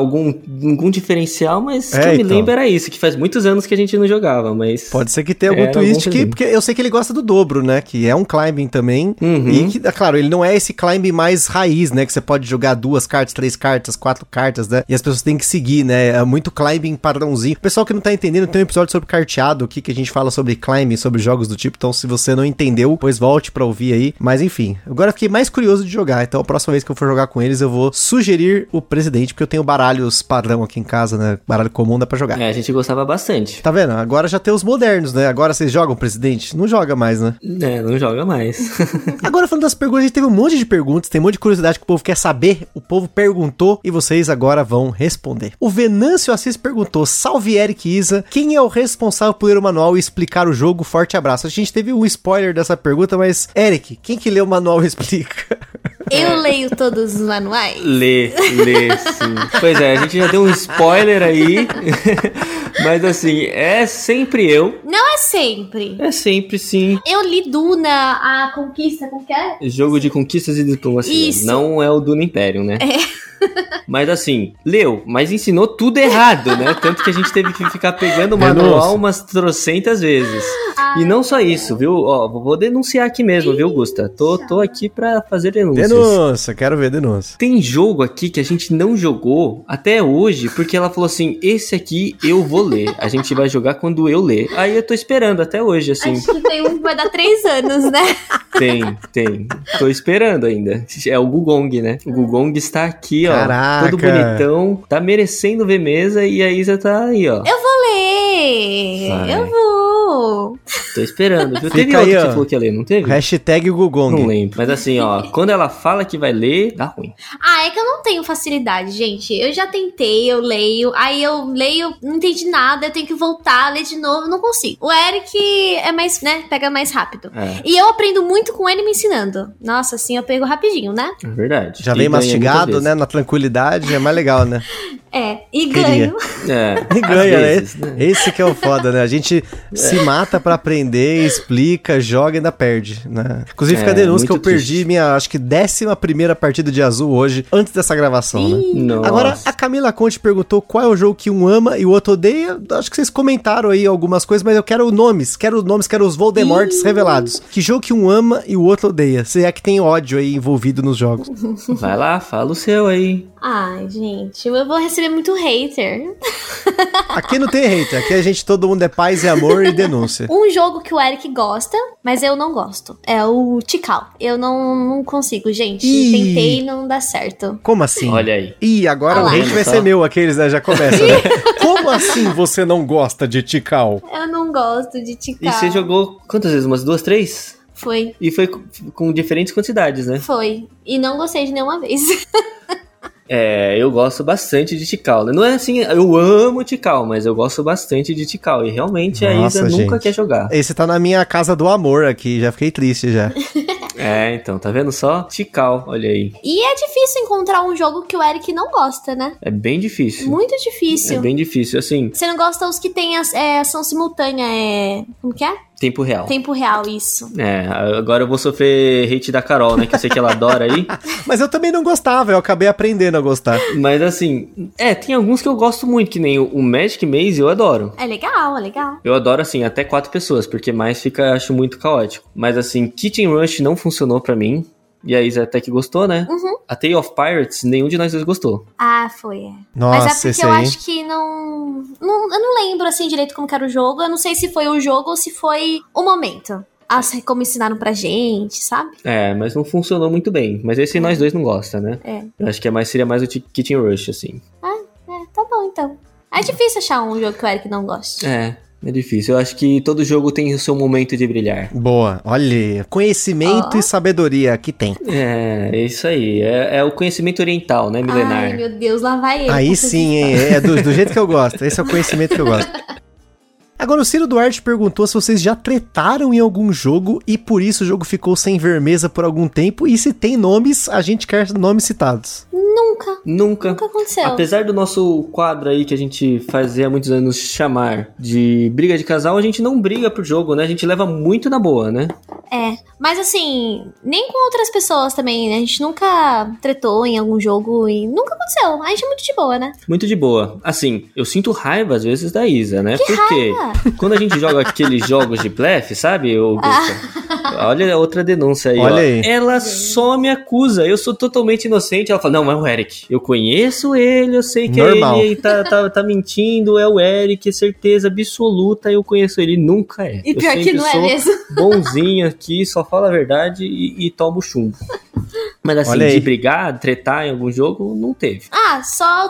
algum diferencial, mas que eu me lembro era isso, que faz muitos anos que a gente não jogava. Mas pode ser que tenha algum twist aqui, porque eu sei que ele gosta do dobro, né? Que é um climbing também. E que, claro, ele não é esse climbing mais raiz, né? Que você pode jogar 2 cartas, 3 cartas, 4 cartas, né? E as pessoas têm que seguir, né? É muito climbing padrãozinho. O pessoal que não tá entendendo, tem um episódio sobre carteado aqui que a gente fala sobre climbing, sobre jogos do tipo. Então, se você não entendeu, pois volte pra ouvir aí. Mas enfim, agora eu fiquei mais curioso de jogar. Então, a próxima vez que eu for jogar com eles, eu vou sugerir o presidente, porque eu tenho baralhos padrão aqui em casa, né? Baralho comum dá pra jogar. A gente gostava bastante. Tá vendo? Agora já tem os modernos, né? Agora vocês jogam presidente? Não joga mais, né? Não joga mais. Agora falando das perguntas, a gente teve um monte de perguntas, tem um monte de curiosidade que o povo quer saber, o povo perguntou e vocês agora vão responder. O Venâncio Assis perguntou, salve Eric e Isa, quem é o responsável por ler o manual e explicar o jogo? Forte abraço. A gente teve um spoiler dessa pergunta, mas Eric, quem que lê o manual e explica? Eu leio todos os manuais? Lê, sim. Pois é, a gente já deu um spoiler aí, mas assim, é sempre eu. Não é sempre. É sempre, sim. Eu li Duna, a Conquista, como que é? Jogo de conquistas e diplomacia. Isso. Não é o Duna Imperium, né? Mas assim, leu, mas ensinou tudo errado, né? Tanto que a gente teve que ficar pegando o manual umas trocentas vezes. E não só isso, viu? Ó, vou denunciar aqui mesmo, viu, Gusta? Tô aqui pra fazer denúncias. Denúncia, quero ver denúncia. Tem jogo aqui que a gente não jogou até hoje, porque ela falou assim, esse aqui eu vou ler. A gente vai jogar quando eu ler. Aí eu tô esperando até hoje, assim. Acho que tem um que vai dar 3 anos, né? Tem. Tô esperando ainda. É o Gugong, né? O Gugong está aqui, ó. Caraca. Todo bonitão. Tá merecendo ver mesa e a Isa tá aí, ó. Eu vou ler. Vai. Eu vou. Tô esperando. Teve Fica outro aí, que você ó. falou que ia ler, não teve? Hashtag Gugong. Não lembro. Mas assim, ó, quando ela fala que vai ler, dá ruim. É que eu não tenho facilidade, gente. Eu já tentei, eu leio. Aí eu leio, não entendi nada, eu tenho que voltar, ler de novo, não consigo. O Eric é mais, né, pega mais rápido. E eu aprendo muito com ele me ensinando. Nossa, assim, eu pego rapidinho, né? É verdade. Já vem mastigado, né, na tranquilidade, é mais legal, né? E ganho. E ganha, vezes, né? Esse que é o foda, né? A gente se mata pra aprender, explica, joga e ainda perde, né? Inclusive fica a denúncia que eu perdi minha, acho que 11ª partida de azul hoje, antes dessa gravação, né? Nossa. Agora, a Camila Conte perguntou qual é o jogo que um ama e o outro odeia. Acho que vocês comentaram aí algumas coisas, mas eu quero nomes, quero os Voldemorts revelados. Que jogo que um ama e o outro odeia? Se é que tem ódio aí envolvido nos jogos. Vai lá, fala o seu aí. Ai, gente, eu vou receber ele é muito hater. Aqui não tem hater, aqui todo mundo é paz e amor e denúncia. Um jogo que o Eric gosta, mas eu não gosto, é o Tikal. Eu não consigo, gente. Tentei e não dá certo. Como assim? Olha aí. Ih, agora o hate vai ser meu, aqueles, né? Já começa, né? Como assim você não gosta de Tikal? Eu não gosto de Tikal. E você jogou quantas vezes? Umas 2, 3? Foi. E foi com diferentes quantidades, né? Foi. E não gostei de nenhuma vez. Eu gosto bastante de Tikal, né? Não é assim, eu amo Tikal, mas eu gosto bastante de Tikal. E realmente a Isa nunca quer jogar. Esse tá na minha casa do amor aqui, já fiquei triste já. Então, tá vendo só? Tikal, olha aí. E é difícil encontrar um jogo que o Eric não gosta, né? É bem difícil. Muito difícil. É bem difícil, assim. Você não gosta dos que tem ação simultânea, como que é? Tempo real. Tempo real, isso. Agora eu vou sofrer hate da Carol, né? Que eu sei que ela adora aí. Mas eu também não gostava, eu acabei aprendendo a gostar. Mas assim, tem alguns que eu gosto muito, que nem o Magic Maze, eu adoro. É legal, é legal. Eu adoro, assim, até 4 pessoas, porque mais acho muito caótico. Mas assim, Kitchen Rush não funcionou pra mim. E a Isa até que gostou, né? Uhum. A Tale of Pirates, nenhum de nós dois gostou. Ah, foi, Nossa, mas é porque eu acho que não... Eu não lembro, assim, direito como que era o jogo. Eu não sei se foi o jogo ou se foi o momento. Como ensinaram pra gente, sabe? Mas não funcionou muito bem. Mas esse nós dois não gosta, né? Eu acho que seria mais o Kitchen Rush, assim. Tá bom, então. É difícil achar um jogo que o Eric não goste. É difícil. Eu acho que todo jogo tem o seu momento de brilhar. Boa. Olha, conhecimento e sabedoria que tem. É isso aí. É o conhecimento oriental, né, milenar. Ai, meu Deus, lá vai ele. Aí sim, hein? Do jeito que eu gosto. Esse é o conhecimento que eu gosto. Agora, o Ciro Duarte perguntou se vocês já tretaram em algum jogo e por isso o jogo ficou sem vermeza por algum tempo. E se tem nomes, a gente quer nomes citados. Nunca aconteceu. Apesar do nosso quadro aí que a gente fazia há muitos anos chamar de briga de casal, a gente não briga pro jogo, né? A gente leva muito na boa, né? Mas assim, nem com outras pessoas também, né? A gente nunca tretou em algum jogo e nunca aconteceu. A gente é muito de boa, né? Muito de boa. Assim, eu sinto raiva às vezes da Isa, né? Que Porque raiva? Quando a gente joga aqueles jogos de blefe, sabe, Augusta? Olha outra denúncia aí, Olha aí. Ela só me acusa, eu sou totalmente inocente. Ela fala, não, é o Eric. Eu conheço ele, eu sei que Normal. é ele tá mentindo, é o Eric, certeza absoluta, eu conheço ele. Nunca é. E pior eu que não é mesmo. bonzinho aqui, só fala a verdade e tomo chumbo. Mas assim, Olha aí. de brigar, tretar em algum jogo, não teve. Só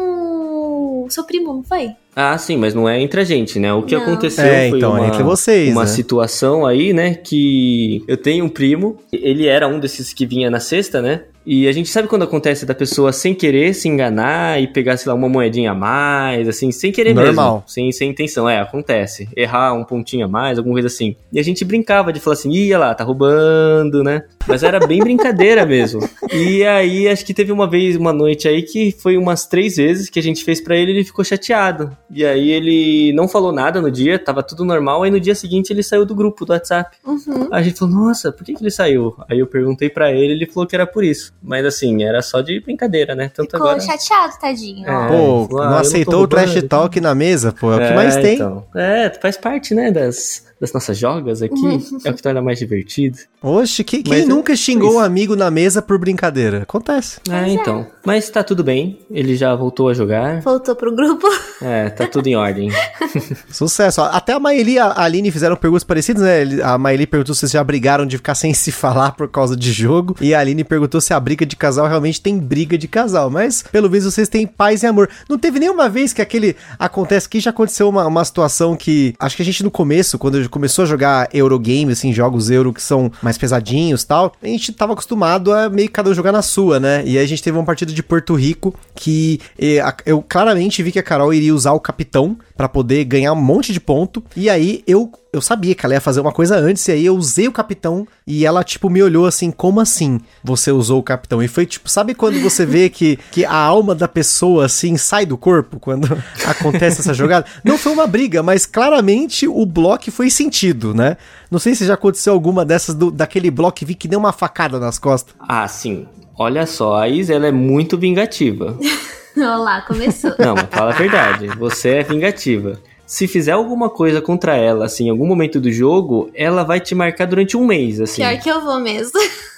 com o seu primo, não foi? Sim, mas não é entre a gente, né? O que Não. aconteceu foi então, entre vocês, uma né? situação aí, né? Que eu tenho um primo, ele era um desses que vinha na sexta, né? E a gente sabe quando acontece da pessoa sem querer se enganar e pegar, sei lá, uma moedinha a mais, assim, sem querer Normal. mesmo. Sem intenção, acontece. Errar um pontinho a mais, alguma coisa assim. E a gente brincava de falar assim, olha lá, tá roubando, né? Mas era bem brincadeira mesmo. E aí, acho que teve uma noite aí que foi umas 3 vezes que a gente fez pra ele e ele ficou chateado. E aí ele não falou nada no dia, tava tudo normal, aí no dia seguinte ele saiu do grupo do WhatsApp. Uhum. Aí a gente falou, nossa, por que ele saiu? Aí eu perguntei pra ele falou que era por isso. Mas assim, era só de brincadeira, né? Tanto Ficou agora... chateado, tadinho. Pô, falou, não eu aceitou tô o Trash roubando. Talk na mesa, pô, é o que mais tem. Então. Faz parte, né, das nossas jogas aqui. É o que torna mais divertido. Oxe, quem Mas nunca xingou isso. um amigo na mesa por brincadeira? Acontece. Então. Mas tá tudo bem. Ele já voltou a jogar. Voltou pro grupo. Tá tudo em ordem. Sucesso. Até a Maeli e a Aline fizeram perguntas parecidas, né? A Maeli perguntou se vocês já brigaram de ficar sem se falar por causa de jogo. E a Aline perguntou se a briga de casal realmente tem briga de casal. Mas, pelo visto, vocês têm paz e amor. Não teve nenhuma vez que acontece que já aconteceu uma situação que... Acho que a gente no começo, quando começou a jogar Eurogame, assim, jogos Euro que são mais pesadinhos e tal, a gente tava acostumado a meio que cada um jogar na sua, né? E aí a gente teve uma partida de Porto Rico que eu claramente vi que a Carol iria usar o capitão pra poder ganhar um monte de ponto. E aí eu sabia que ela ia fazer uma coisa antes, e aí eu usei o capitão e ela, tipo, me olhou assim, como assim você usou o capitão? E foi, tipo, sabe quando você vê que a alma da pessoa, assim, sai do corpo quando acontece essa jogada? Não foi uma briga, mas claramente o bloco foi sentido, né? Não sei se já aconteceu alguma dessas daquele bloco que vi que deu uma facada nas costas. Sim. Olha só, a Isa, ela é muito vingativa. Olha lá, começou. Não, mas fala a verdade. Você é vingativa. Se fizer alguma coisa contra ela, assim, em algum momento do jogo, ela vai te marcar durante um mês, assim. Pior que eu vou mesmo.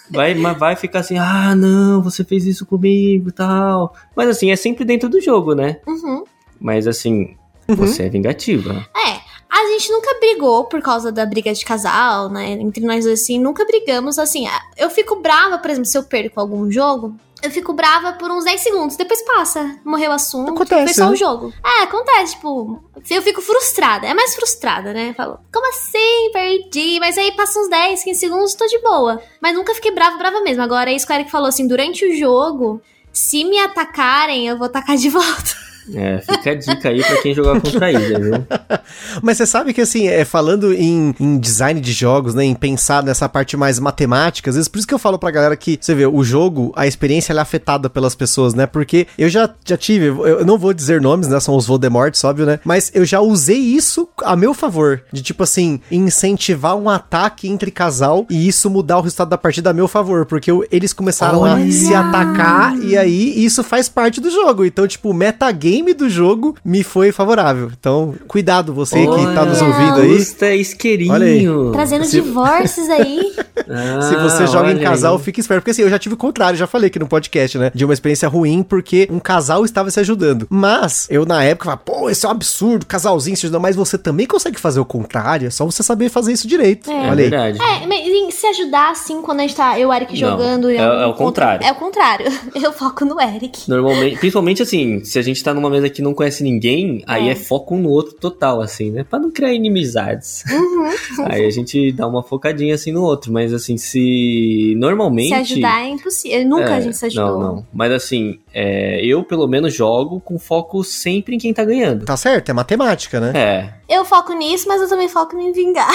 vai ficar assim, não, você fez isso comigo e tal. Mas assim, é sempre dentro do jogo, né? Uhum. Mas assim, você é vingativa. A gente nunca brigou por causa da briga de casal, né? Entre nós dois, assim, nunca brigamos, assim. Eu fico brava, por exemplo, se eu perco algum jogo, eu fico brava por uns 10 segundos, depois passa. Morreu o assunto, acontece, foi só né? o jogo. Acontece, tipo, eu fico frustrada. É mais frustrada, né? Falo, como assim? Perdi. Mas aí passa uns 10, 15 segundos, tô de boa. Mas nunca fiquei brava mesmo. Agora, é isso que o Eric falou, assim, durante o jogo, se me atacarem, eu vou atacar de volta. Fica a dica aí pra quem jogar contra a ilha, viu? Mas você sabe que, assim, falando em design de jogos, né, em pensar nessa parte mais matemática, às vezes, por isso que eu falo pra galera que, você vê, o jogo, a experiência, ela é afetada pelas pessoas, né, porque eu já tive, eu não vou dizer nomes, né, são os Voldemorts, óbvio, né, mas eu já usei isso a meu favor, de tipo assim, incentivar um ataque entre casal e isso mudar o resultado da partida a meu favor, porque eles começaram a se atacar e aí isso faz parte do jogo, então, tipo, o metagame do jogo me foi favorável. Então, cuidado você que tá nos ouvindo aí. Gusta isqueirinho. Trazendo divórcios aí. Se você joga em casal, fique esperto. Porque assim, eu já tive o contrário, já falei aqui no podcast, né? De uma experiência ruim porque um casal estava se ajudando. Mas, eu na época falava, pô, isso é um absurdo, casalzinho se ajudando. Mas você também consegue fazer o contrário, é só você saber fazer isso direito. É verdade. Mas se ajudar assim, quando a gente tá, eu e o Eric jogando... É o contrário. É o contrário. Eu foco no Eric. Normalmente, principalmente assim, se a gente tá numa mesa que não conhece ninguém, aí é foco um no outro total, assim, né? Pra não criar inimizades. Aí a gente dá uma focadinha assim no outro, mas assim, se normalmente... Se ajudar é impossível. Nunca a gente se ajudou. Não. Mas assim, eu pelo menos jogo com foco sempre em quem tá ganhando. Tá certo, é matemática, né? Eu foco nisso, mas eu também foco em vingar.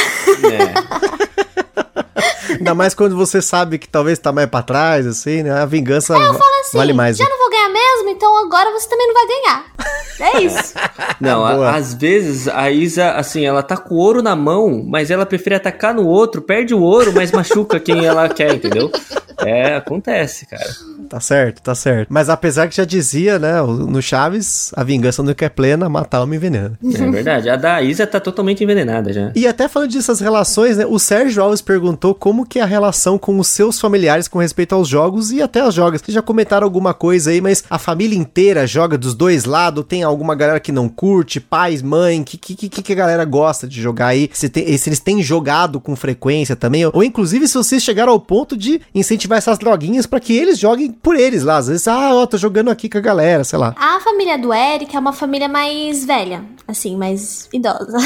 Ainda mais quando você sabe que talvez tá mais pra trás, assim, né? A vingança eu falo assim, vale mais. Já não vou ganhar mesmo, então agora você também não vai ganhar. É isso. Não, às vezes a Isa, assim, ela tá com o ouro na mão, mas ela prefere atacar no outro, perde o ouro, mas machuca quem ela quer, entendeu? Acontece, cara. Tá certo. Mas apesar que já dizia, né, no Chaves, a vingança nunca é plena, matar uma envenena. É verdade. A da Isa tá totalmente envenenada já. E até falando dessas relações, né, o Sérgio Alves perguntou como que é a relação com os seus familiares com respeito aos jogos e até às jogas. Vocês já comentaram alguma coisa aí, mas a família inteira joga dos dois lados? Tem alguma galera que não curte? Pais, mãe? Que a galera gosta de jogar aí? Se eles têm jogado com frequência também? Ou inclusive se vocês chegaram ao ponto de incentivar essas droguinhas pra que eles joguem por eles lá. Às vezes, tô jogando aqui com a galera, sei lá. A família do Eric é uma família mais velha, assim, mais idosa.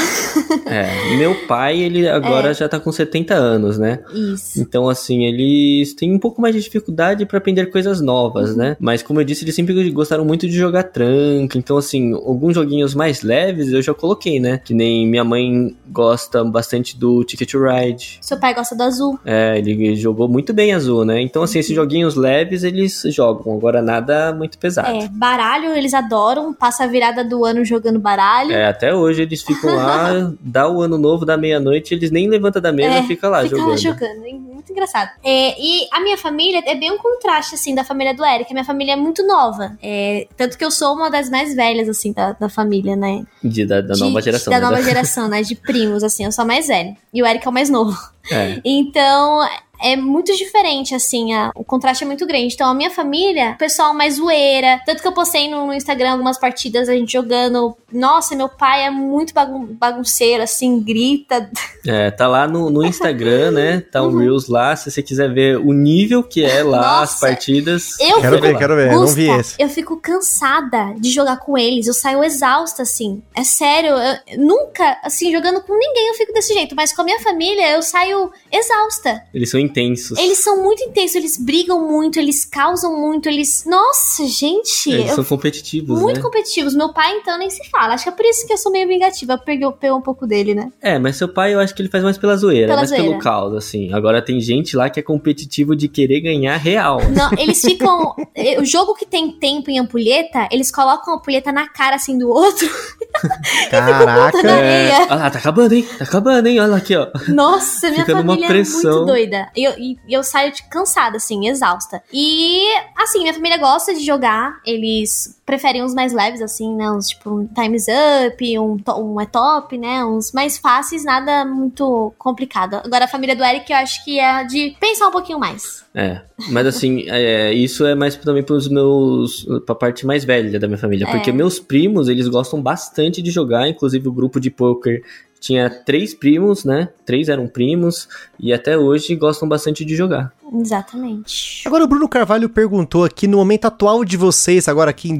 Meu pai, ele agora já tá com 70 anos, né? Isso. Então, assim, eles têm um pouco mais de dificuldade pra aprender coisas novas, né? Mas, como eu disse, eles sempre gostaram muito de jogar tranca. Então, assim, alguns joguinhos mais leves eu já coloquei, né? Que nem minha mãe gosta bastante do Ticket to Ride. Seu pai gosta do Azul. Ele jogou muito bem Azul, né? Então, assim, esses joguinhos leves, eles jogam. Agora, nada muito pesado. Baralho, eles adoram. Passa a virada do ano jogando baralho. Até hoje eles ficam lá, dá o ano novo, dá meia-noite, eles nem levantam da mesa e ficam lá jogando. Muito engraçado. E a minha família é bem um contraste, assim, da família do Eric. A minha família é muito nova. Tanto que eu sou uma das mais velhas, assim, da família, né? Da nova geração. Da nova geração, né? De primos, assim. Eu sou a mais velha. E o Eric é o mais novo. Então... é muito diferente, assim, o contraste é muito grande. Então, a minha família, o pessoal mais zoeira. Tanto que eu postei no Instagram algumas partidas, a gente jogando. Nossa, meu pai é muito bagunceiro, assim, grita. É, tá lá no Instagram, né? Tá o Reels lá, se você quiser ver o nível que é lá, Nossa, as partidas. Quero ver, eu não vi esse. Eu fico cansada de jogar com eles, eu saio exausta, assim. É sério, eu nunca, assim, jogando com ninguém eu fico desse jeito, mas com a minha família eu saio exausta. Eles são intensos. Eles são muito intensos, eles brigam muito, eles causam muito, eles... Nossa, gente! Eles são competitivos, muito né? competitivos. Meu pai, então, nem se fala. Acho que é por isso que eu sou meio vingativa. Pegou um pouco dele, né? Mas seu pai, eu acho que ele faz mais pela zoeira, pelo caos, assim. Agora tem gente lá que é competitivo de querer ganhar real. Não, eles ficam... O jogo que tem tempo em ampulheta, eles colocam a ampulheta na cara, assim, do outro. Caraca! Tá acabando, hein? Olha aqui, ó. Nossa, minha Fica família é muito doida. E eu saio cansada, assim, exausta. E, assim, minha família gosta de jogar. Eles preferem uns mais leves, assim, né? Uns tipo um Time's Up, um É Top, né? Uns mais fáceis, nada muito complicado. Agora, a família do Eric, eu acho que é de pensar um pouquinho mais. Mas assim, isso é mais também pra parte mais velha da minha família. Porque meus primos, eles gostam bastante de jogar, inclusive o grupo de poker tinha 3 primos, né? 3 eram primos e até hoje gostam bastante de jogar. Exatamente. Agora o Bruno Carvalho perguntou aqui, no momento atual de vocês, agora aqui em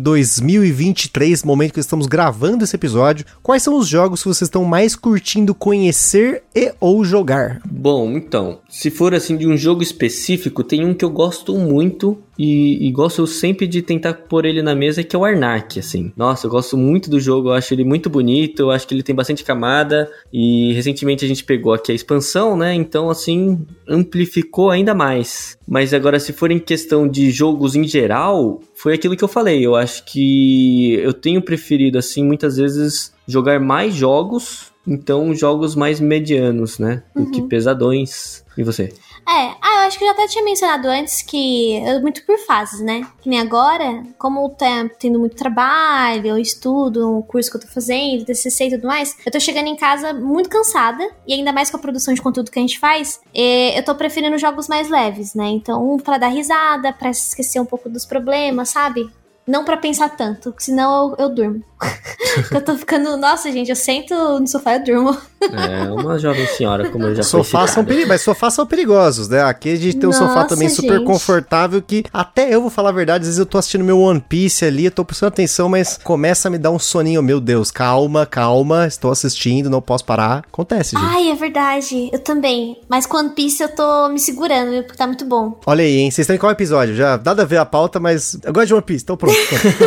2023, momento que estamos gravando esse episódio, quais são os jogos que vocês estão mais curtindo conhecer e ou jogar? Bom, então, se for assim de um jogo específico, tem um que eu gosto muito e gosto sempre de tentar pôr ele na mesa, que é o Arnak, assim. Nossa, eu gosto muito do jogo, eu acho ele muito bonito, eu acho que ele tem bastante camada e recentemente a gente pegou aqui a expansão, né? Então, assim, amplificou ainda mais. Mas agora, se for em questão de jogos em geral, foi aquilo que eu falei. Eu acho que eu tenho preferido, assim, muitas vezes jogar mais jogos, então jogos mais medianos, né? Do que pesadões. E você? Eu acho que eu já até tinha mencionado antes que eu muito por fases, né? Que nem agora, como eu tô tendo muito trabalho, eu estudo, o curso que eu tô fazendo, TCC e tudo mais, eu tô chegando em casa muito cansada, e ainda mais com a produção de conteúdo que a gente faz, eu tô preferindo jogos mais leves, né? Então, pra dar risada, pra esquecer um pouco dos problemas, sabe? Não pra pensar tanto, senão eu durmo. Eu tô ficando... Nossa, gente, eu sento no sofá e eu durmo. Uma jovem senhora, como eu já Mas sofás são perigosos, né? Aqui a gente tem um sofá também super confortável que até eu vou falar a verdade, às vezes eu tô assistindo meu One Piece ali, eu tô prestando atenção, mas começa a me dar um soninho. Meu Deus, calma, estou assistindo, não posso parar. Acontece, gente. Ai, é verdade. Eu também. Mas com One Piece eu tô me segurando, porque tá muito bom. Olha aí, hein? Vocês estão em qual episódio? Já nada a ver a pauta, mas eu gosto de One Piece, então pronto.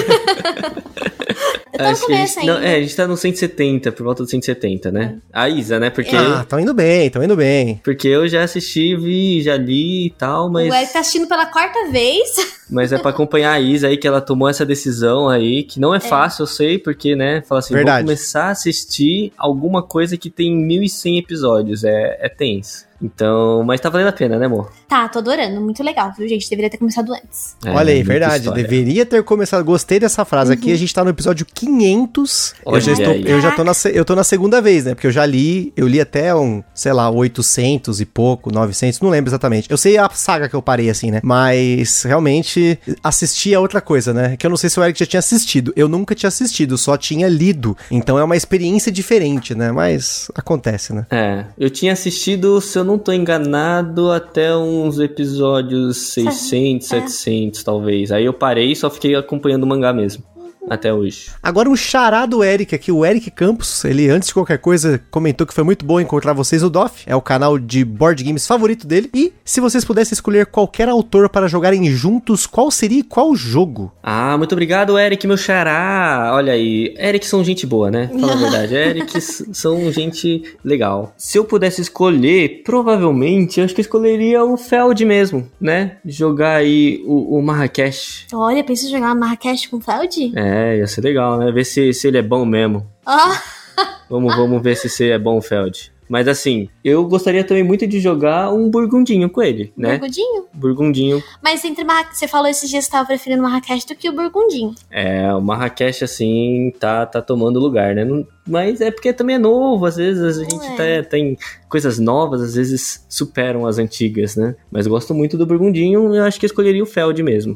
Acho que a gente tá no 170, por volta do 170, né? A Isa, né? Porque... tão indo bem. Porque eu já assisti, vi, já li e tal, mas... O Eric tá assistindo pela 4ª vez. Mas é pra acompanhar a Isa aí, que ela tomou essa decisão aí, que não é fácil, eu sei, porque, né? Fala assim, verdade. Vou começar a assistir alguma coisa que tem 1.100 episódios, é tenso. Então, mas tá valendo a pena, né, amor? Tá, tô adorando, muito legal, viu, gente? Deveria ter começado antes. Olha aí, verdade, deveria ter começado. Gostei dessa frase. Aqui a gente tá no episódio 500. Eu tô na segunda vez, né? Porque eu li até 800 e pouco, 900, não lembro exatamente. Eu sei a saga que eu parei, assim, né? Mas, realmente, assistir é outra coisa, né? Que eu não sei se o Eric já tinha assistido. Eu nunca tinha assistido, só tinha lido. Então é uma experiência diferente, né? Mas acontece, né? Eu tinha assistido, se eu não tô enganado, até uns episódios 600, 700, talvez. Aí eu parei e só fiquei acompanhando o mangá mesmo. Até hoje. Agora um xará do Eric aqui, o Eric Campos, ele antes de qualquer coisa comentou que foi muito bom encontrar vocês no DOF, é o canal de board games favorito dele, e se vocês pudessem escolher qualquer autor para jogarem juntos, qual seria e qual jogo? Muito obrigado, Eric, meu xará. Olha aí, Eric são gente boa, né? Fala a verdade, Eric são gente legal. Se eu pudesse escolher, provavelmente, eu acho que eu escolheria o Feld mesmo, né? Jogar aí o Marrakech. Olha, pensa em jogar Marrakech com o Feld? Ia ser legal, né? Ver se ele é bom mesmo. Vamos ver se é bom o Feld. Mas assim, eu gostaria também muito de jogar um Burgundinho com ele, né? Burgundinho. Mas você falou esses dias que você tava preferindo o Marrakech do que o Burgundinho. O Marrakech, assim, tá tomando lugar, né? Mas é porque também é novo, às vezes a gente tem coisas novas, às vezes superam as antigas, né? Mas eu gosto muito do Burgundinho e eu acho que eu escolheria o Feld mesmo.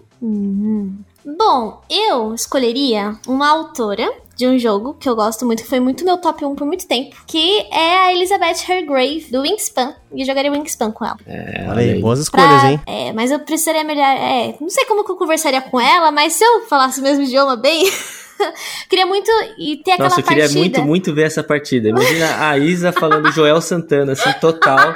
Bom, eu escolheria uma autora de um jogo que eu gosto muito, que foi muito meu top 1 por muito tempo, que é a Elizabeth Hargrave, do Wingspan. E eu jogaria Wingspan com ela. Olha aí, boas escolhas, hein? Mas eu precisaria melhor... não sei como que eu conversaria com ela, mas se eu falasse o mesmo idioma bem... Queria muito e ter aquela partida. Nossa, eu queria muito ver essa partida. Imagina a Isa falando Joel Santana, assim, total.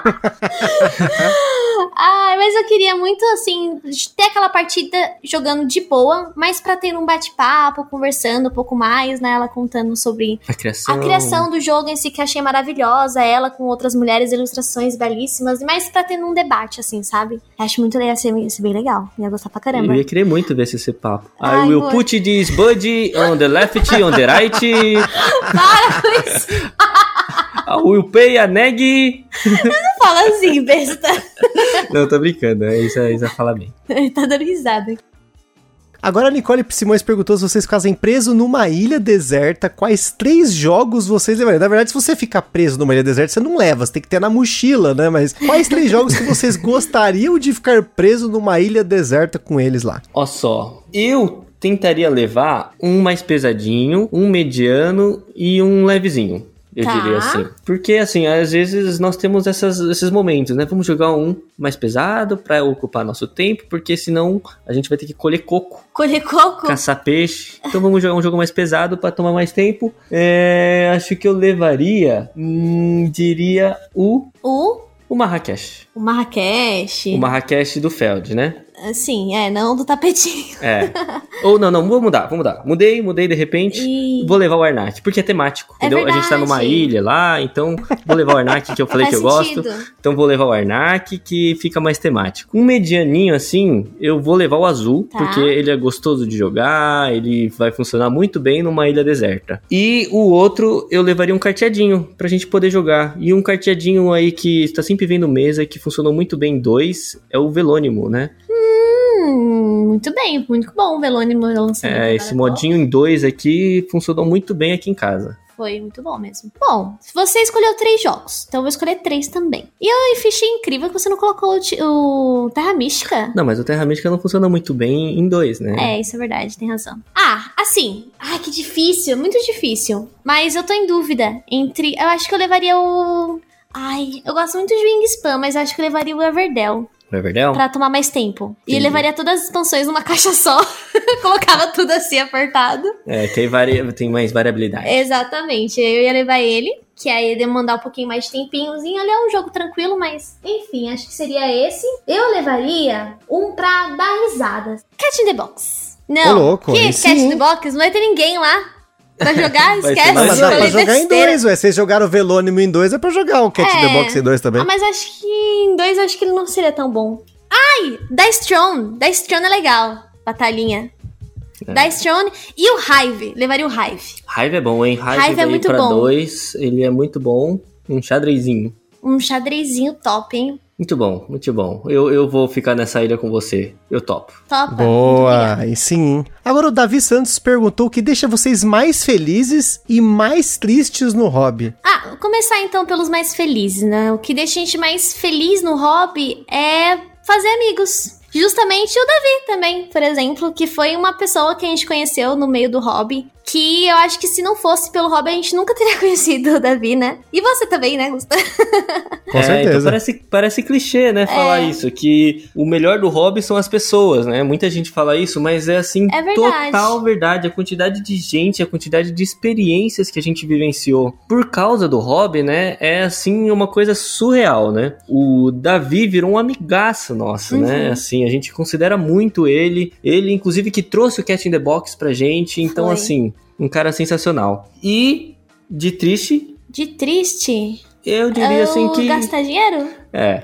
Mas eu queria muito, assim, ter aquela partida jogando de boa, mas pra ter um bate-papo, conversando um pouco mais, né? Ela contando sobre a criação do jogo em si, que eu achei maravilhosa. Ela com outras mulheres, ilustrações belíssimas, mas pra ter um debate, assim, sabe? Acho muito legal, ia ser bem legal. Ia gostar pra caramba. Eu ia querer muito ver esse papo. I will put this buddy on the left, on the right. Para com isso. A Will Pay, a Neg. Não fala assim, besta. Não, tô brincando. Isa fala bem. Tá dando risada. Agora a Nicole Simões perguntou se vocês ficassem presos numa ilha deserta, quais 3 jogos vocês levariam? Na verdade, se você ficar preso numa ilha deserta, você não leva, você tem que ter na mochila, né? Mas quais 3 jogos que vocês gostariam de ficar preso numa ilha deserta com eles lá? Ó só, eu tentaria levar um mais pesadinho, um mediano e um levezinho. Eu diria assim. Porque, assim, às vezes nós temos esses momentos, né? Vamos jogar um mais pesado pra ocupar nosso tempo, porque senão a gente vai ter que colher coco. Colher coco? Caçar peixe. Então vamos jogar um jogo mais pesado pra tomar mais tempo. Acho que eu levaria, diria o Marrakech. O Marrakech. O Marrakech do Feld, né? Sim, não do tapetinho. Ou não, vou mudar. Mudei de repente. Vou levar o Arnak, porque é temático, entendeu? Verdade. A gente tá numa ilha lá, então vou levar o Arnak, que eu falei que eu gosto. Então vou levar o Arnak, que fica mais temático. Um medianinho assim, eu vou levar o azul, porque ele é gostoso de jogar, ele vai funcionar muito bem numa ilha deserta. E o outro, eu levaria um carteadinho, pra gente poder jogar. E um carteadinho aí que está sempre vendo mesa, que funcionou muito bem em 2, é o Velônimo, né? Muito bem, muito bom o Velônimo lançando. Esse modinho em 2 aqui funcionou muito bem aqui em casa. Foi muito bom mesmo. Bom, você escolheu 3 jogos, então eu vou escolher 3 também. E eu achei incrível que você não colocou o Terra Mística. Não, mas o Terra Mística não funciona muito bem em 2, né? Isso é verdade, tem razão. Assim, que difícil, muito difícil. Mas eu tô em dúvida entre... Eu acho que eu levaria o... eu gosto muito de Wingspan, mas eu acho que eu levaria o Everdell. Pra tomar mais tempo. Entendi. E eu levaria todas as expansões numa caixa só. Colocava tudo assim, apertado. Que tem mais variabilidade. Exatamente. Eu ia levar ele, que aí ia demandar um pouquinho mais de tempinhozinho. Ele é um jogo tranquilo, mas... Enfim, acho que seria esse. Eu levaria um pra dar risadas. Cat in the Box. Não. Louco, Cat in the Box? Não vai ter ninguém lá. Pra jogar, esquece. Mas dá pra jogar em 2, ué. Vocês jogaram o Velônimo em 2, é pra jogar o Cat in the Box em 2 também. Mas acho que em 2 acho que ele não seria tão bom. Dice Throne. Dice Throne é legal. Batalhinha. Dice Throne e o Hive. Levaria o Hive. Hive é bom, hein? Hive é muito bom. 2, ele é muito bom. Um xadrezinho. Um xadrezinho top, hein? Muito bom, muito bom. Eu vou ficar nessa ilha com você. Eu topo. Topa. Boa, aí sim. Agora o Davi Santos perguntou o que deixa vocês mais felizes e mais tristes no hobby. Vou começar então pelos mais felizes, né? O que deixa a gente mais feliz no hobby é fazer amigos. Justamente o Davi também, por exemplo, que foi uma pessoa que a gente conheceu no meio do hobby, que eu acho que se não fosse pelo hobby a gente nunca teria conhecido o Davi, né? E você também, né, Gustavo? Com certeza. Então parece clichê, né, falar isso, que o melhor do hobby são as pessoas, né? Muita gente fala isso, mas é assim, total verdade. A quantidade de gente, a quantidade de experiências que a gente vivenciou por causa do hobby, né, é assim uma coisa surreal, né? O Davi virou um amigaço nosso, né? Assim, a gente considera muito ele inclusive que trouxe o Cat in the Box pra gente, então assim, um cara sensacional. E de triste? Eu diria assim que... gastar dinheiro? É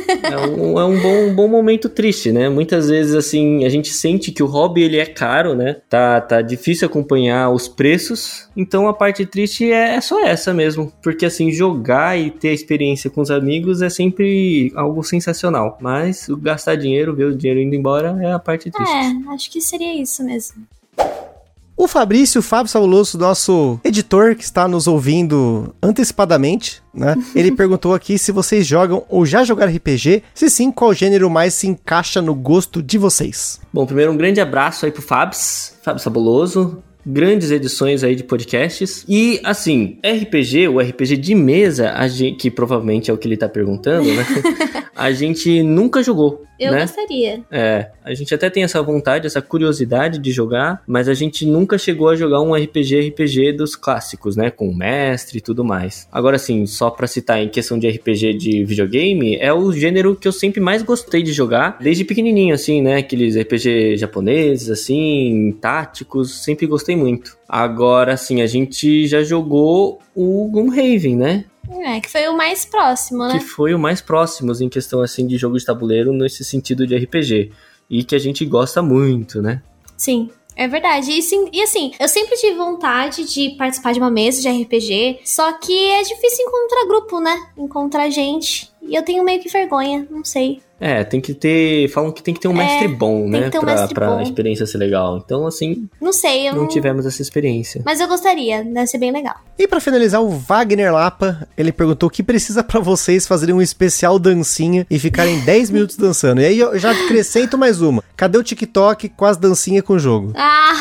um bom momento triste, né? Muitas vezes, assim, a gente sente que o hobby, ele é caro, né? Tá difícil acompanhar os preços. Então, a parte triste é só essa mesmo. Porque, assim, jogar e ter a experiência com os amigos é sempre algo sensacional. Mas gastar dinheiro, ver o dinheiro indo embora, é a parte triste. Acho que seria isso mesmo. O Fábio Sabuloso, nosso editor que está nos ouvindo antecipadamente, né? Ele perguntou aqui se vocês jogam ou já jogaram RPG, se sim, qual gênero mais se encaixa no gosto de vocês. Bom, primeiro um grande abraço aí pro Fábio Sabuloso. Grandes edições aí de podcasts. E, assim, o RPG de mesa, que provavelmente é o que ele tá perguntando, né? A gente nunca jogou. Eu gostaria. A gente até tem essa vontade, essa curiosidade de jogar, mas a gente nunca chegou a jogar um RPG dos clássicos, né? Com mestre e tudo mais. Agora, assim, só pra citar em questão de RPG de videogame, é o gênero que eu sempre mais gostei de jogar, desde pequenininho, assim, né? Aqueles RPG japoneses, assim, táticos, sempre gostei muito. Agora, assim, a gente já jogou o Gloomhaven, né? Que foi o mais próximo, né? Que foi o mais próximo, em questão, assim, de jogo de tabuleiro, nesse sentido de RPG. E que a gente gosta muito, né? Sim. É verdade. E assim, eu sempre tive vontade de participar de uma mesa de RPG, só que é difícil encontrar grupo, né? Encontrar gente. E eu tenho meio que vergonha, não sei. Tem que ter... Falam que tem que ter um mestre bom, né? Pra experiência ser legal. Então, assim... Não sei, não tivemos essa experiência. Mas eu gostaria, deve ser bem legal. E pra finalizar, o Wagner Lapa, ele perguntou o que precisa pra vocês fazerem um especial dancinha e ficarem 10 minutos dançando. E aí eu já acrescento mais uma. Cadê o TikTok com as dancinhas com o jogo?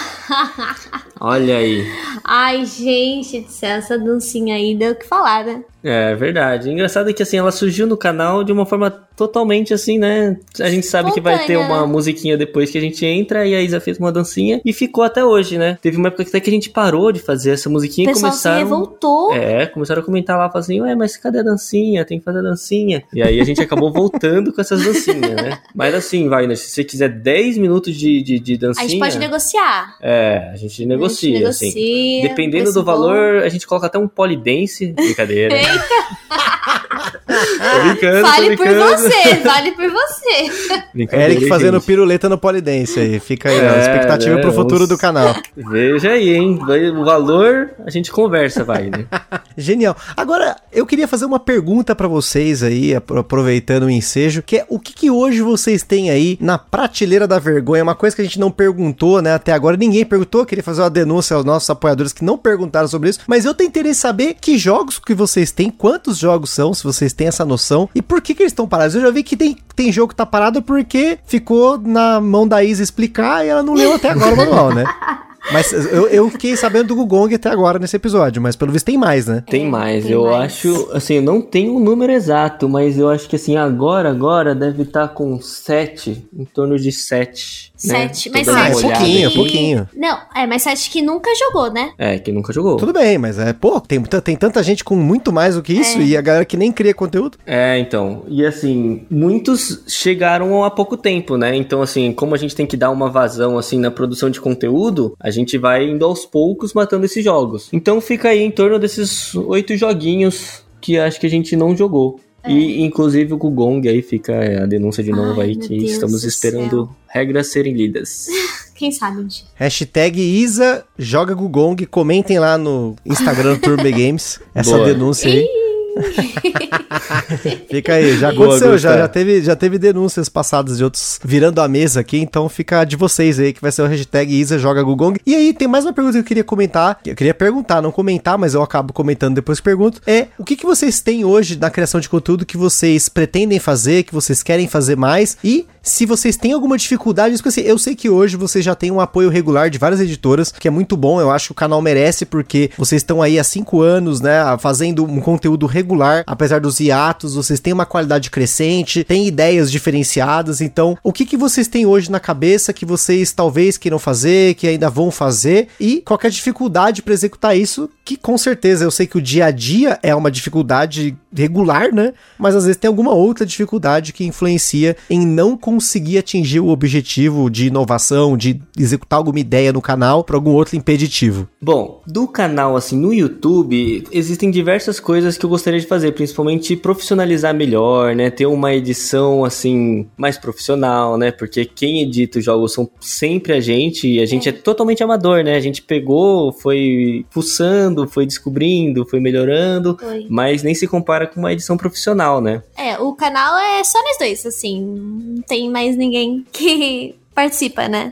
Olha aí. Ai, gente do céu, essa dancinha aí deu o que falar, né? É verdade. Engraçado é que assim, ela surgiu no canal de uma forma totalmente assim, né? A gente sabe que vai ter uma musiquinha depois que a gente entra e a Isa fez uma dancinha e ficou até hoje, né? Teve uma época até que a gente parou de fazer essa musiquinha e começaram... se revoltou. Começaram a comentar lá, assim, mas cadê a dancinha? Tem que fazer a dancinha. E aí a gente acabou voltando com essas dancinhas, né? Mas assim, Wagner, se você quiser 10 minutos de dancinha... A gente pode negociar. A gente negocia, assim. Dependendo do valor, a gente coloca até um polidense. Brincadeira. Vale por você. Eric fazendo gente. Piruleta no polidense aí. Fica aí, a expectativa pro futuro do canal. Veja aí, hein? O valor, a gente conversa, Wagner. Genial. Agora, eu queria fazer uma pergunta pra vocês aí, aproveitando o ensejo, que é o que hoje vocês têm aí na prateleira da vergonha? Uma coisa que a gente não perguntou, né, até agora. Ninguém perguntou, queria fazer uma denúncia aos nossos apoiadores que não perguntaram sobre isso, mas eu tenho interesse em saber que jogos que vocês têm, quantos jogos são, se vocês têm essa noção, e por que eles estão parados. Eu já vi que tem jogo que tá parado porque ficou na mão da Isa explicar e ela não leu até agora o manual, né? Mas eu fiquei sabendo do Gugong até agora nesse episódio, mas pelo visto tem mais, né? Tem mais, eu acho, assim, eu não tenho um número exato, mas eu acho que assim, agora deve estar com 7, em torno de 7. 7, né? Mas 7 é pouquinho. Não, mas 7 que nunca jogou, né? Que nunca jogou. Tudo bem, mas tem tanta gente com muito mais do que isso e a galera que nem cria conteúdo. Então, e assim, muitos chegaram há pouco tempo, né? Então, assim, como a gente tem que dar uma vazão, assim, na produção de conteúdo, a gente vai indo aos poucos matando esses jogos. Então fica aí em torno desses 8 joguinhos que acho que a gente não jogou. E inclusive o Gugong aí fica a denúncia de novo aí que estamos esperando regras serem lidas. Quem sabe um dia. Hashtag Isa joga Gugong, comentem lá no Instagram do Turbo Games essa denúncia aí. Fica aí, já aconteceu, já teve denúncias passadas de outros virando a mesa aqui, então fica de vocês aí, que vai ser o hashtag Isa joga Gugong. E aí tem mais uma pergunta que eu queria comentar, não comentar, mas eu acabo comentando depois que pergunto, o que vocês têm hoje na criação de conteúdo que vocês pretendem fazer, que vocês querem fazer mais, e se vocês têm alguma dificuldade, porque assim, eu sei que hoje vocês já têm um apoio regular de várias editoras, que é muito bom, eu acho que o canal merece, porque vocês estão aí há 5 anos, né, fazendo um conteúdo regular, apesar dos hiatos, vocês têm uma qualidade crescente, têm ideias diferenciadas, então, o que vocês têm hoje na cabeça que vocês talvez queiram fazer, que ainda vão fazer, e qualquer dificuldade para executar isso, que com certeza eu sei que o dia a dia é uma dificuldade regular, né, mas às vezes tem alguma outra dificuldade que influencia em não conseguir atingir o objetivo de inovação, de executar alguma ideia no canal por algum outro impeditivo. Bom, do canal, assim, no YouTube, existem diversas coisas que eu gostaria de fazer, principalmente profissionalizar melhor, né, ter uma edição, assim, mais profissional, né, porque quem edita os jogos são sempre a gente, e a gente é totalmente amador, né, a gente pegou, foi fuçando, foi descobrindo, foi melhorando, mas nem se compara com uma edição profissional, né. O canal é só nós dois, assim, não tem mais ninguém que participa, né?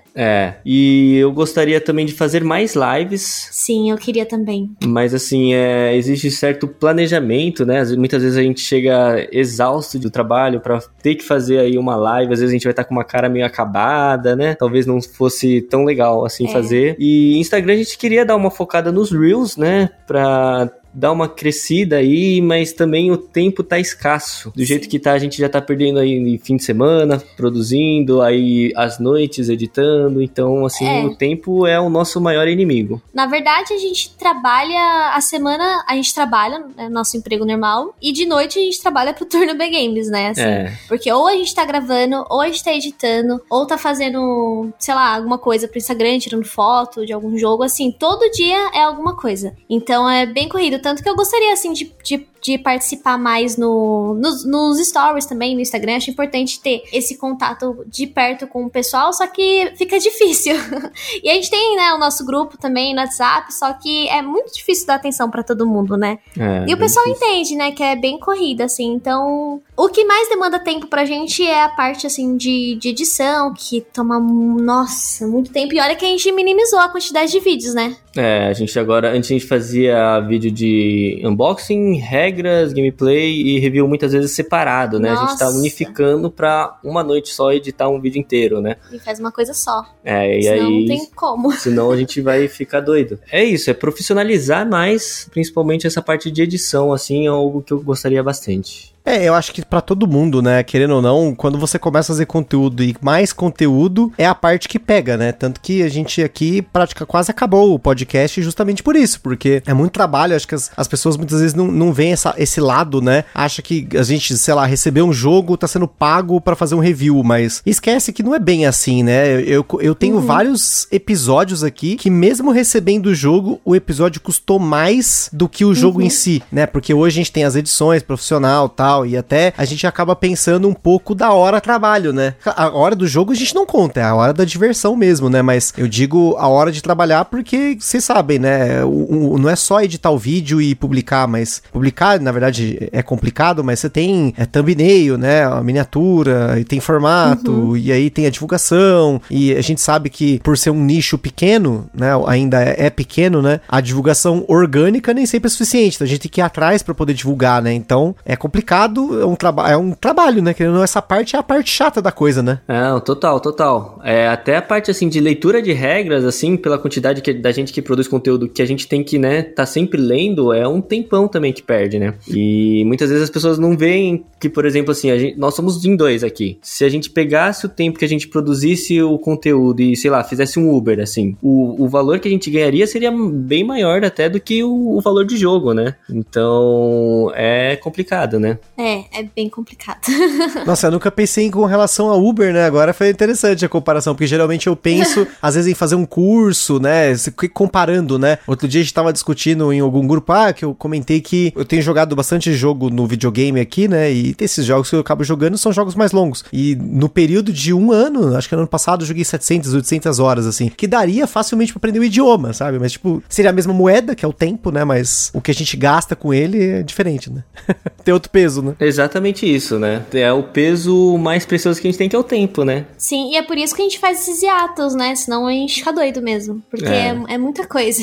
E eu gostaria também de fazer mais lives. Sim, eu queria também. Mas assim, existe certo planejamento, né? Muitas vezes a gente chega exausto do trabalho pra ter que fazer aí uma live, às vezes a gente vai estar com uma cara meio acabada, né? Talvez não fosse tão legal assim fazer. E Instagram a gente queria dar uma focada nos Reels, né? Pra dar uma crescida aí, mas também o tempo tá escasso. Do jeito que tá, a gente já tá perdendo aí fim de semana, produzindo, aí às noites editando, então assim, o tempo é o nosso maior inimigo. Na verdade, a gente trabalha a semana, a gente trabalha, é nosso emprego normal, e de noite a gente trabalha pro Turno B Games, né, assim, porque ou a gente tá gravando, ou a gente tá editando, ou tá fazendo, sei lá, alguma coisa pro Instagram, tirando foto de algum jogo, assim, todo dia é alguma coisa. Então é bem corrido. Tanto que eu gostaria, assim, de de participar mais nos stories também, no Instagram. Acho importante ter esse contato de perto com o pessoal, só que fica difícil. E a gente tem, né, o nosso grupo também no WhatsApp, só que é muito difícil dar atenção pra todo mundo, né? E o pessoal entende, né, que é bem corrida, assim. Então, o que mais demanda tempo pra gente é a parte, assim, de edição, que toma, nossa, muito tempo. E olha que a gente minimizou a quantidade de vídeos, né? A gente agora, antes a gente fazia vídeo de unboxing, regras, gameplay e review muitas vezes separado, né? Nossa. A gente tá unificando pra uma noite só editar um vídeo inteiro, né? E faz uma coisa só. E senão aí, não tem como. Senão a gente vai ficar doido. É isso, é profissionalizar mais, principalmente essa parte de edição, assim, é algo que eu gostaria bastante. Eu acho que pra todo mundo, né, querendo ou não, quando você começa a fazer conteúdo e mais conteúdo, é a parte que pega, né, tanto que a gente aqui quase acabou o podcast justamente por isso, porque é muito trabalho, acho que as pessoas muitas vezes não veem esse lado, né, acha que a gente, sei lá, recebeu um jogo, tá sendo pago pra fazer um review, mas esquece que não é bem assim, né, eu tenho vários episódios aqui que mesmo recebendo o jogo, o episódio custou mais do que o jogo em si, né, porque hoje a gente tem as edições profissional, tal, e até a gente acaba pensando um pouco da hora trabalho, né? A hora do jogo a gente não conta, é a hora da diversão mesmo, né? Mas eu digo a hora de trabalhar porque vocês sabem, né? Não é só editar o vídeo e publicar, mas publicar, na verdade, é complicado, mas você tem thumbnail, né? A miniatura, e tem formato, e aí tem a divulgação, e a gente sabe que por ser um nicho pequeno, né? Ainda é pequeno, né? A divulgação orgânica nem sempre é suficiente, então a gente tem que ir atrás pra poder divulgar, né? Então é complicado. É um trabalho, né? Querendo ou não, essa parte é a parte chata da coisa, né? Total. Até a parte, assim, de leitura de regras, assim, pela quantidade da gente que produz conteúdo que a gente tem que, né, tá sempre lendo, é um tempão também que perde, né? E muitas vezes as pessoas não veem que, por exemplo, assim, nós somos em 2 aqui. Se a gente pegasse o tempo que a gente produzisse o conteúdo e, sei lá, fizesse um Uber, assim, o valor que a gente ganharia seria bem maior até do que o valor de jogo, né? Então, é complicado, né? É bem complicado. Nossa, eu nunca pensei com relação a Uber, né? Agora foi interessante a comparação, porque geralmente eu penso, às vezes, em fazer um curso, né? Comparando, né? Outro dia a gente tava discutindo em algum grupo, que eu comentei que eu tenho jogado bastante jogo no videogame aqui, né? E esses jogos que eu acabo jogando são jogos mais longos. E no período de um ano, acho que no ano passado eu joguei 700, 800 horas, assim, que daria facilmente pra aprender o idioma, sabe? Mas, tipo, seria a mesma moeda, que é o tempo, né? Mas o que a gente gasta com ele é diferente, né? Tem outro peso, né? Exatamente isso, né? É o peso mais precioso que a gente tem, que é o tempo, né? Sim, e é por isso que a gente faz esses hiatos, né? Senão a gente fica doido mesmo. Porque é muita coisa.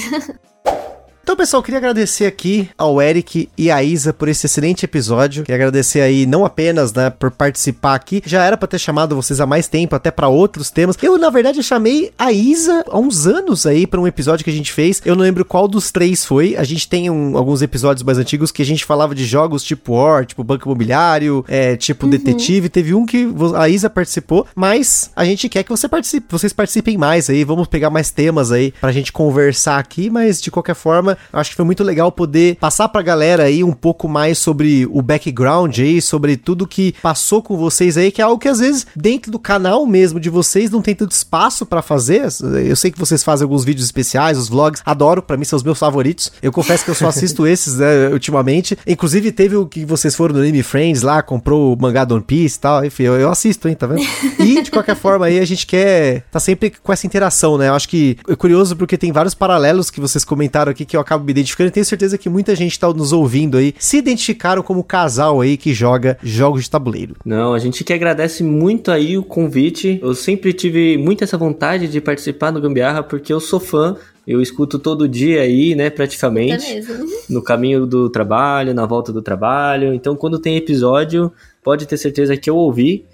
Então, pessoal, queria agradecer aqui ao Eric e à Isa por esse excelente episódio. Queria agradecer aí, não apenas, né, por participar aqui. Já era pra ter chamado vocês há mais tempo, até pra outros temas. Eu, na verdade, chamei a Isa há uns anos aí pra um episódio que a gente fez. Eu não lembro qual dos 3 foi. A gente tem alguns episódios mais antigos que a gente falava de jogos tipo War, tipo Banco Imobiliário, tipo Detetive. Teve um que a Isa participou, mas a gente quer que vocês participem mais aí. Vamos pegar mais temas aí pra gente conversar aqui, mas de qualquer forma, eu acho que foi muito legal poder passar pra galera aí um pouco mais sobre o background aí, sobre tudo que passou com vocês aí, que é algo que às vezes dentro do canal mesmo de vocês não tem tanto espaço pra fazer. Eu sei que vocês fazem alguns vídeos especiais, os vlogs, adoro, pra mim são os meus favoritos. Eu confesso que eu só assisto esses, né, ultimamente. Inclusive teve o que vocês foram no Anime Friends lá, comprou o mangá do One Piece e tal, enfim, eu assisto, hein, tá vendo? E de qualquer forma aí a gente quer tá sempre com essa interação, né? Eu acho que é curioso porque tem vários paralelos que vocês comentaram aqui que eu acabo me identificando, e tenho certeza que muita gente tá nos ouvindo aí, se identificaram como casal aí que joga jogos de tabuleiro. Não, a gente que agradece muito aí o convite. Eu sempre tive muito essa vontade de participar do Gambiarra, porque eu sou fã. Eu escuto todo dia aí, né, praticamente. É mesmo. No caminho do trabalho, na volta do trabalho. Então, quando tem episódio, pode ter certeza que eu ouvi.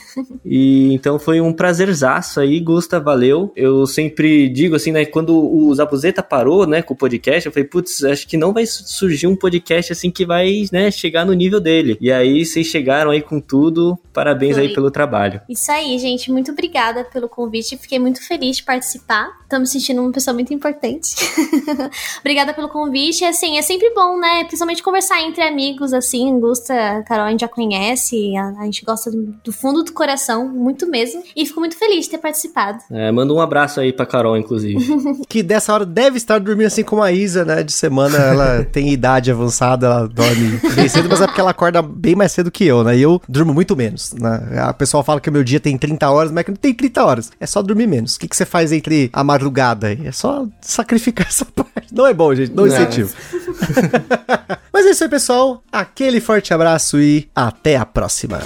E então foi um prazerzaço aí, Gusta, valeu. Eu sempre digo assim, né, quando o Zabuzeta parou, né, com o podcast, eu falei, putz, acho que não vai surgir um podcast assim que vai, né, chegar no nível dele. E aí vocês chegaram aí com tudo, parabéns aí pelo trabalho. Isso aí, gente, muito obrigada pelo convite, fiquei muito feliz de participar. Tô me sentindo uma pessoa muito importante. Obrigada pelo convite, assim, é sempre bom, né, principalmente conversar entre amigos, assim, Gusta, Carol, a gente já conhece. conhece, a gente gosta do fundo do coração, muito mesmo, e fico muito feliz de ter participado. Manda um abraço aí pra Carol, inclusive. Que dessa hora deve estar dormindo assim como a Isa, né? De semana ela tem idade avançada, ela dorme bem cedo, mas é porque ela acorda bem mais cedo que eu, né? E eu durmo muito menos, né? A pessoa fala que o meu dia tem 30 horas, mas que não tem 30 horas. É só dormir menos. O que você faz entre a madrugada aí? É só sacrificar essa parte. Não é bom, gente. Não incentivo. Mas é isso aí, pessoal. Aquele forte abraço e até a próxima.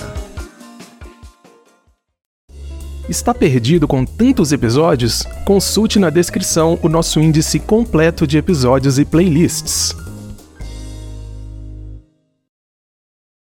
Está perdido com tantos episódios? Consulte na descrição o nosso índice completo de episódios e playlists.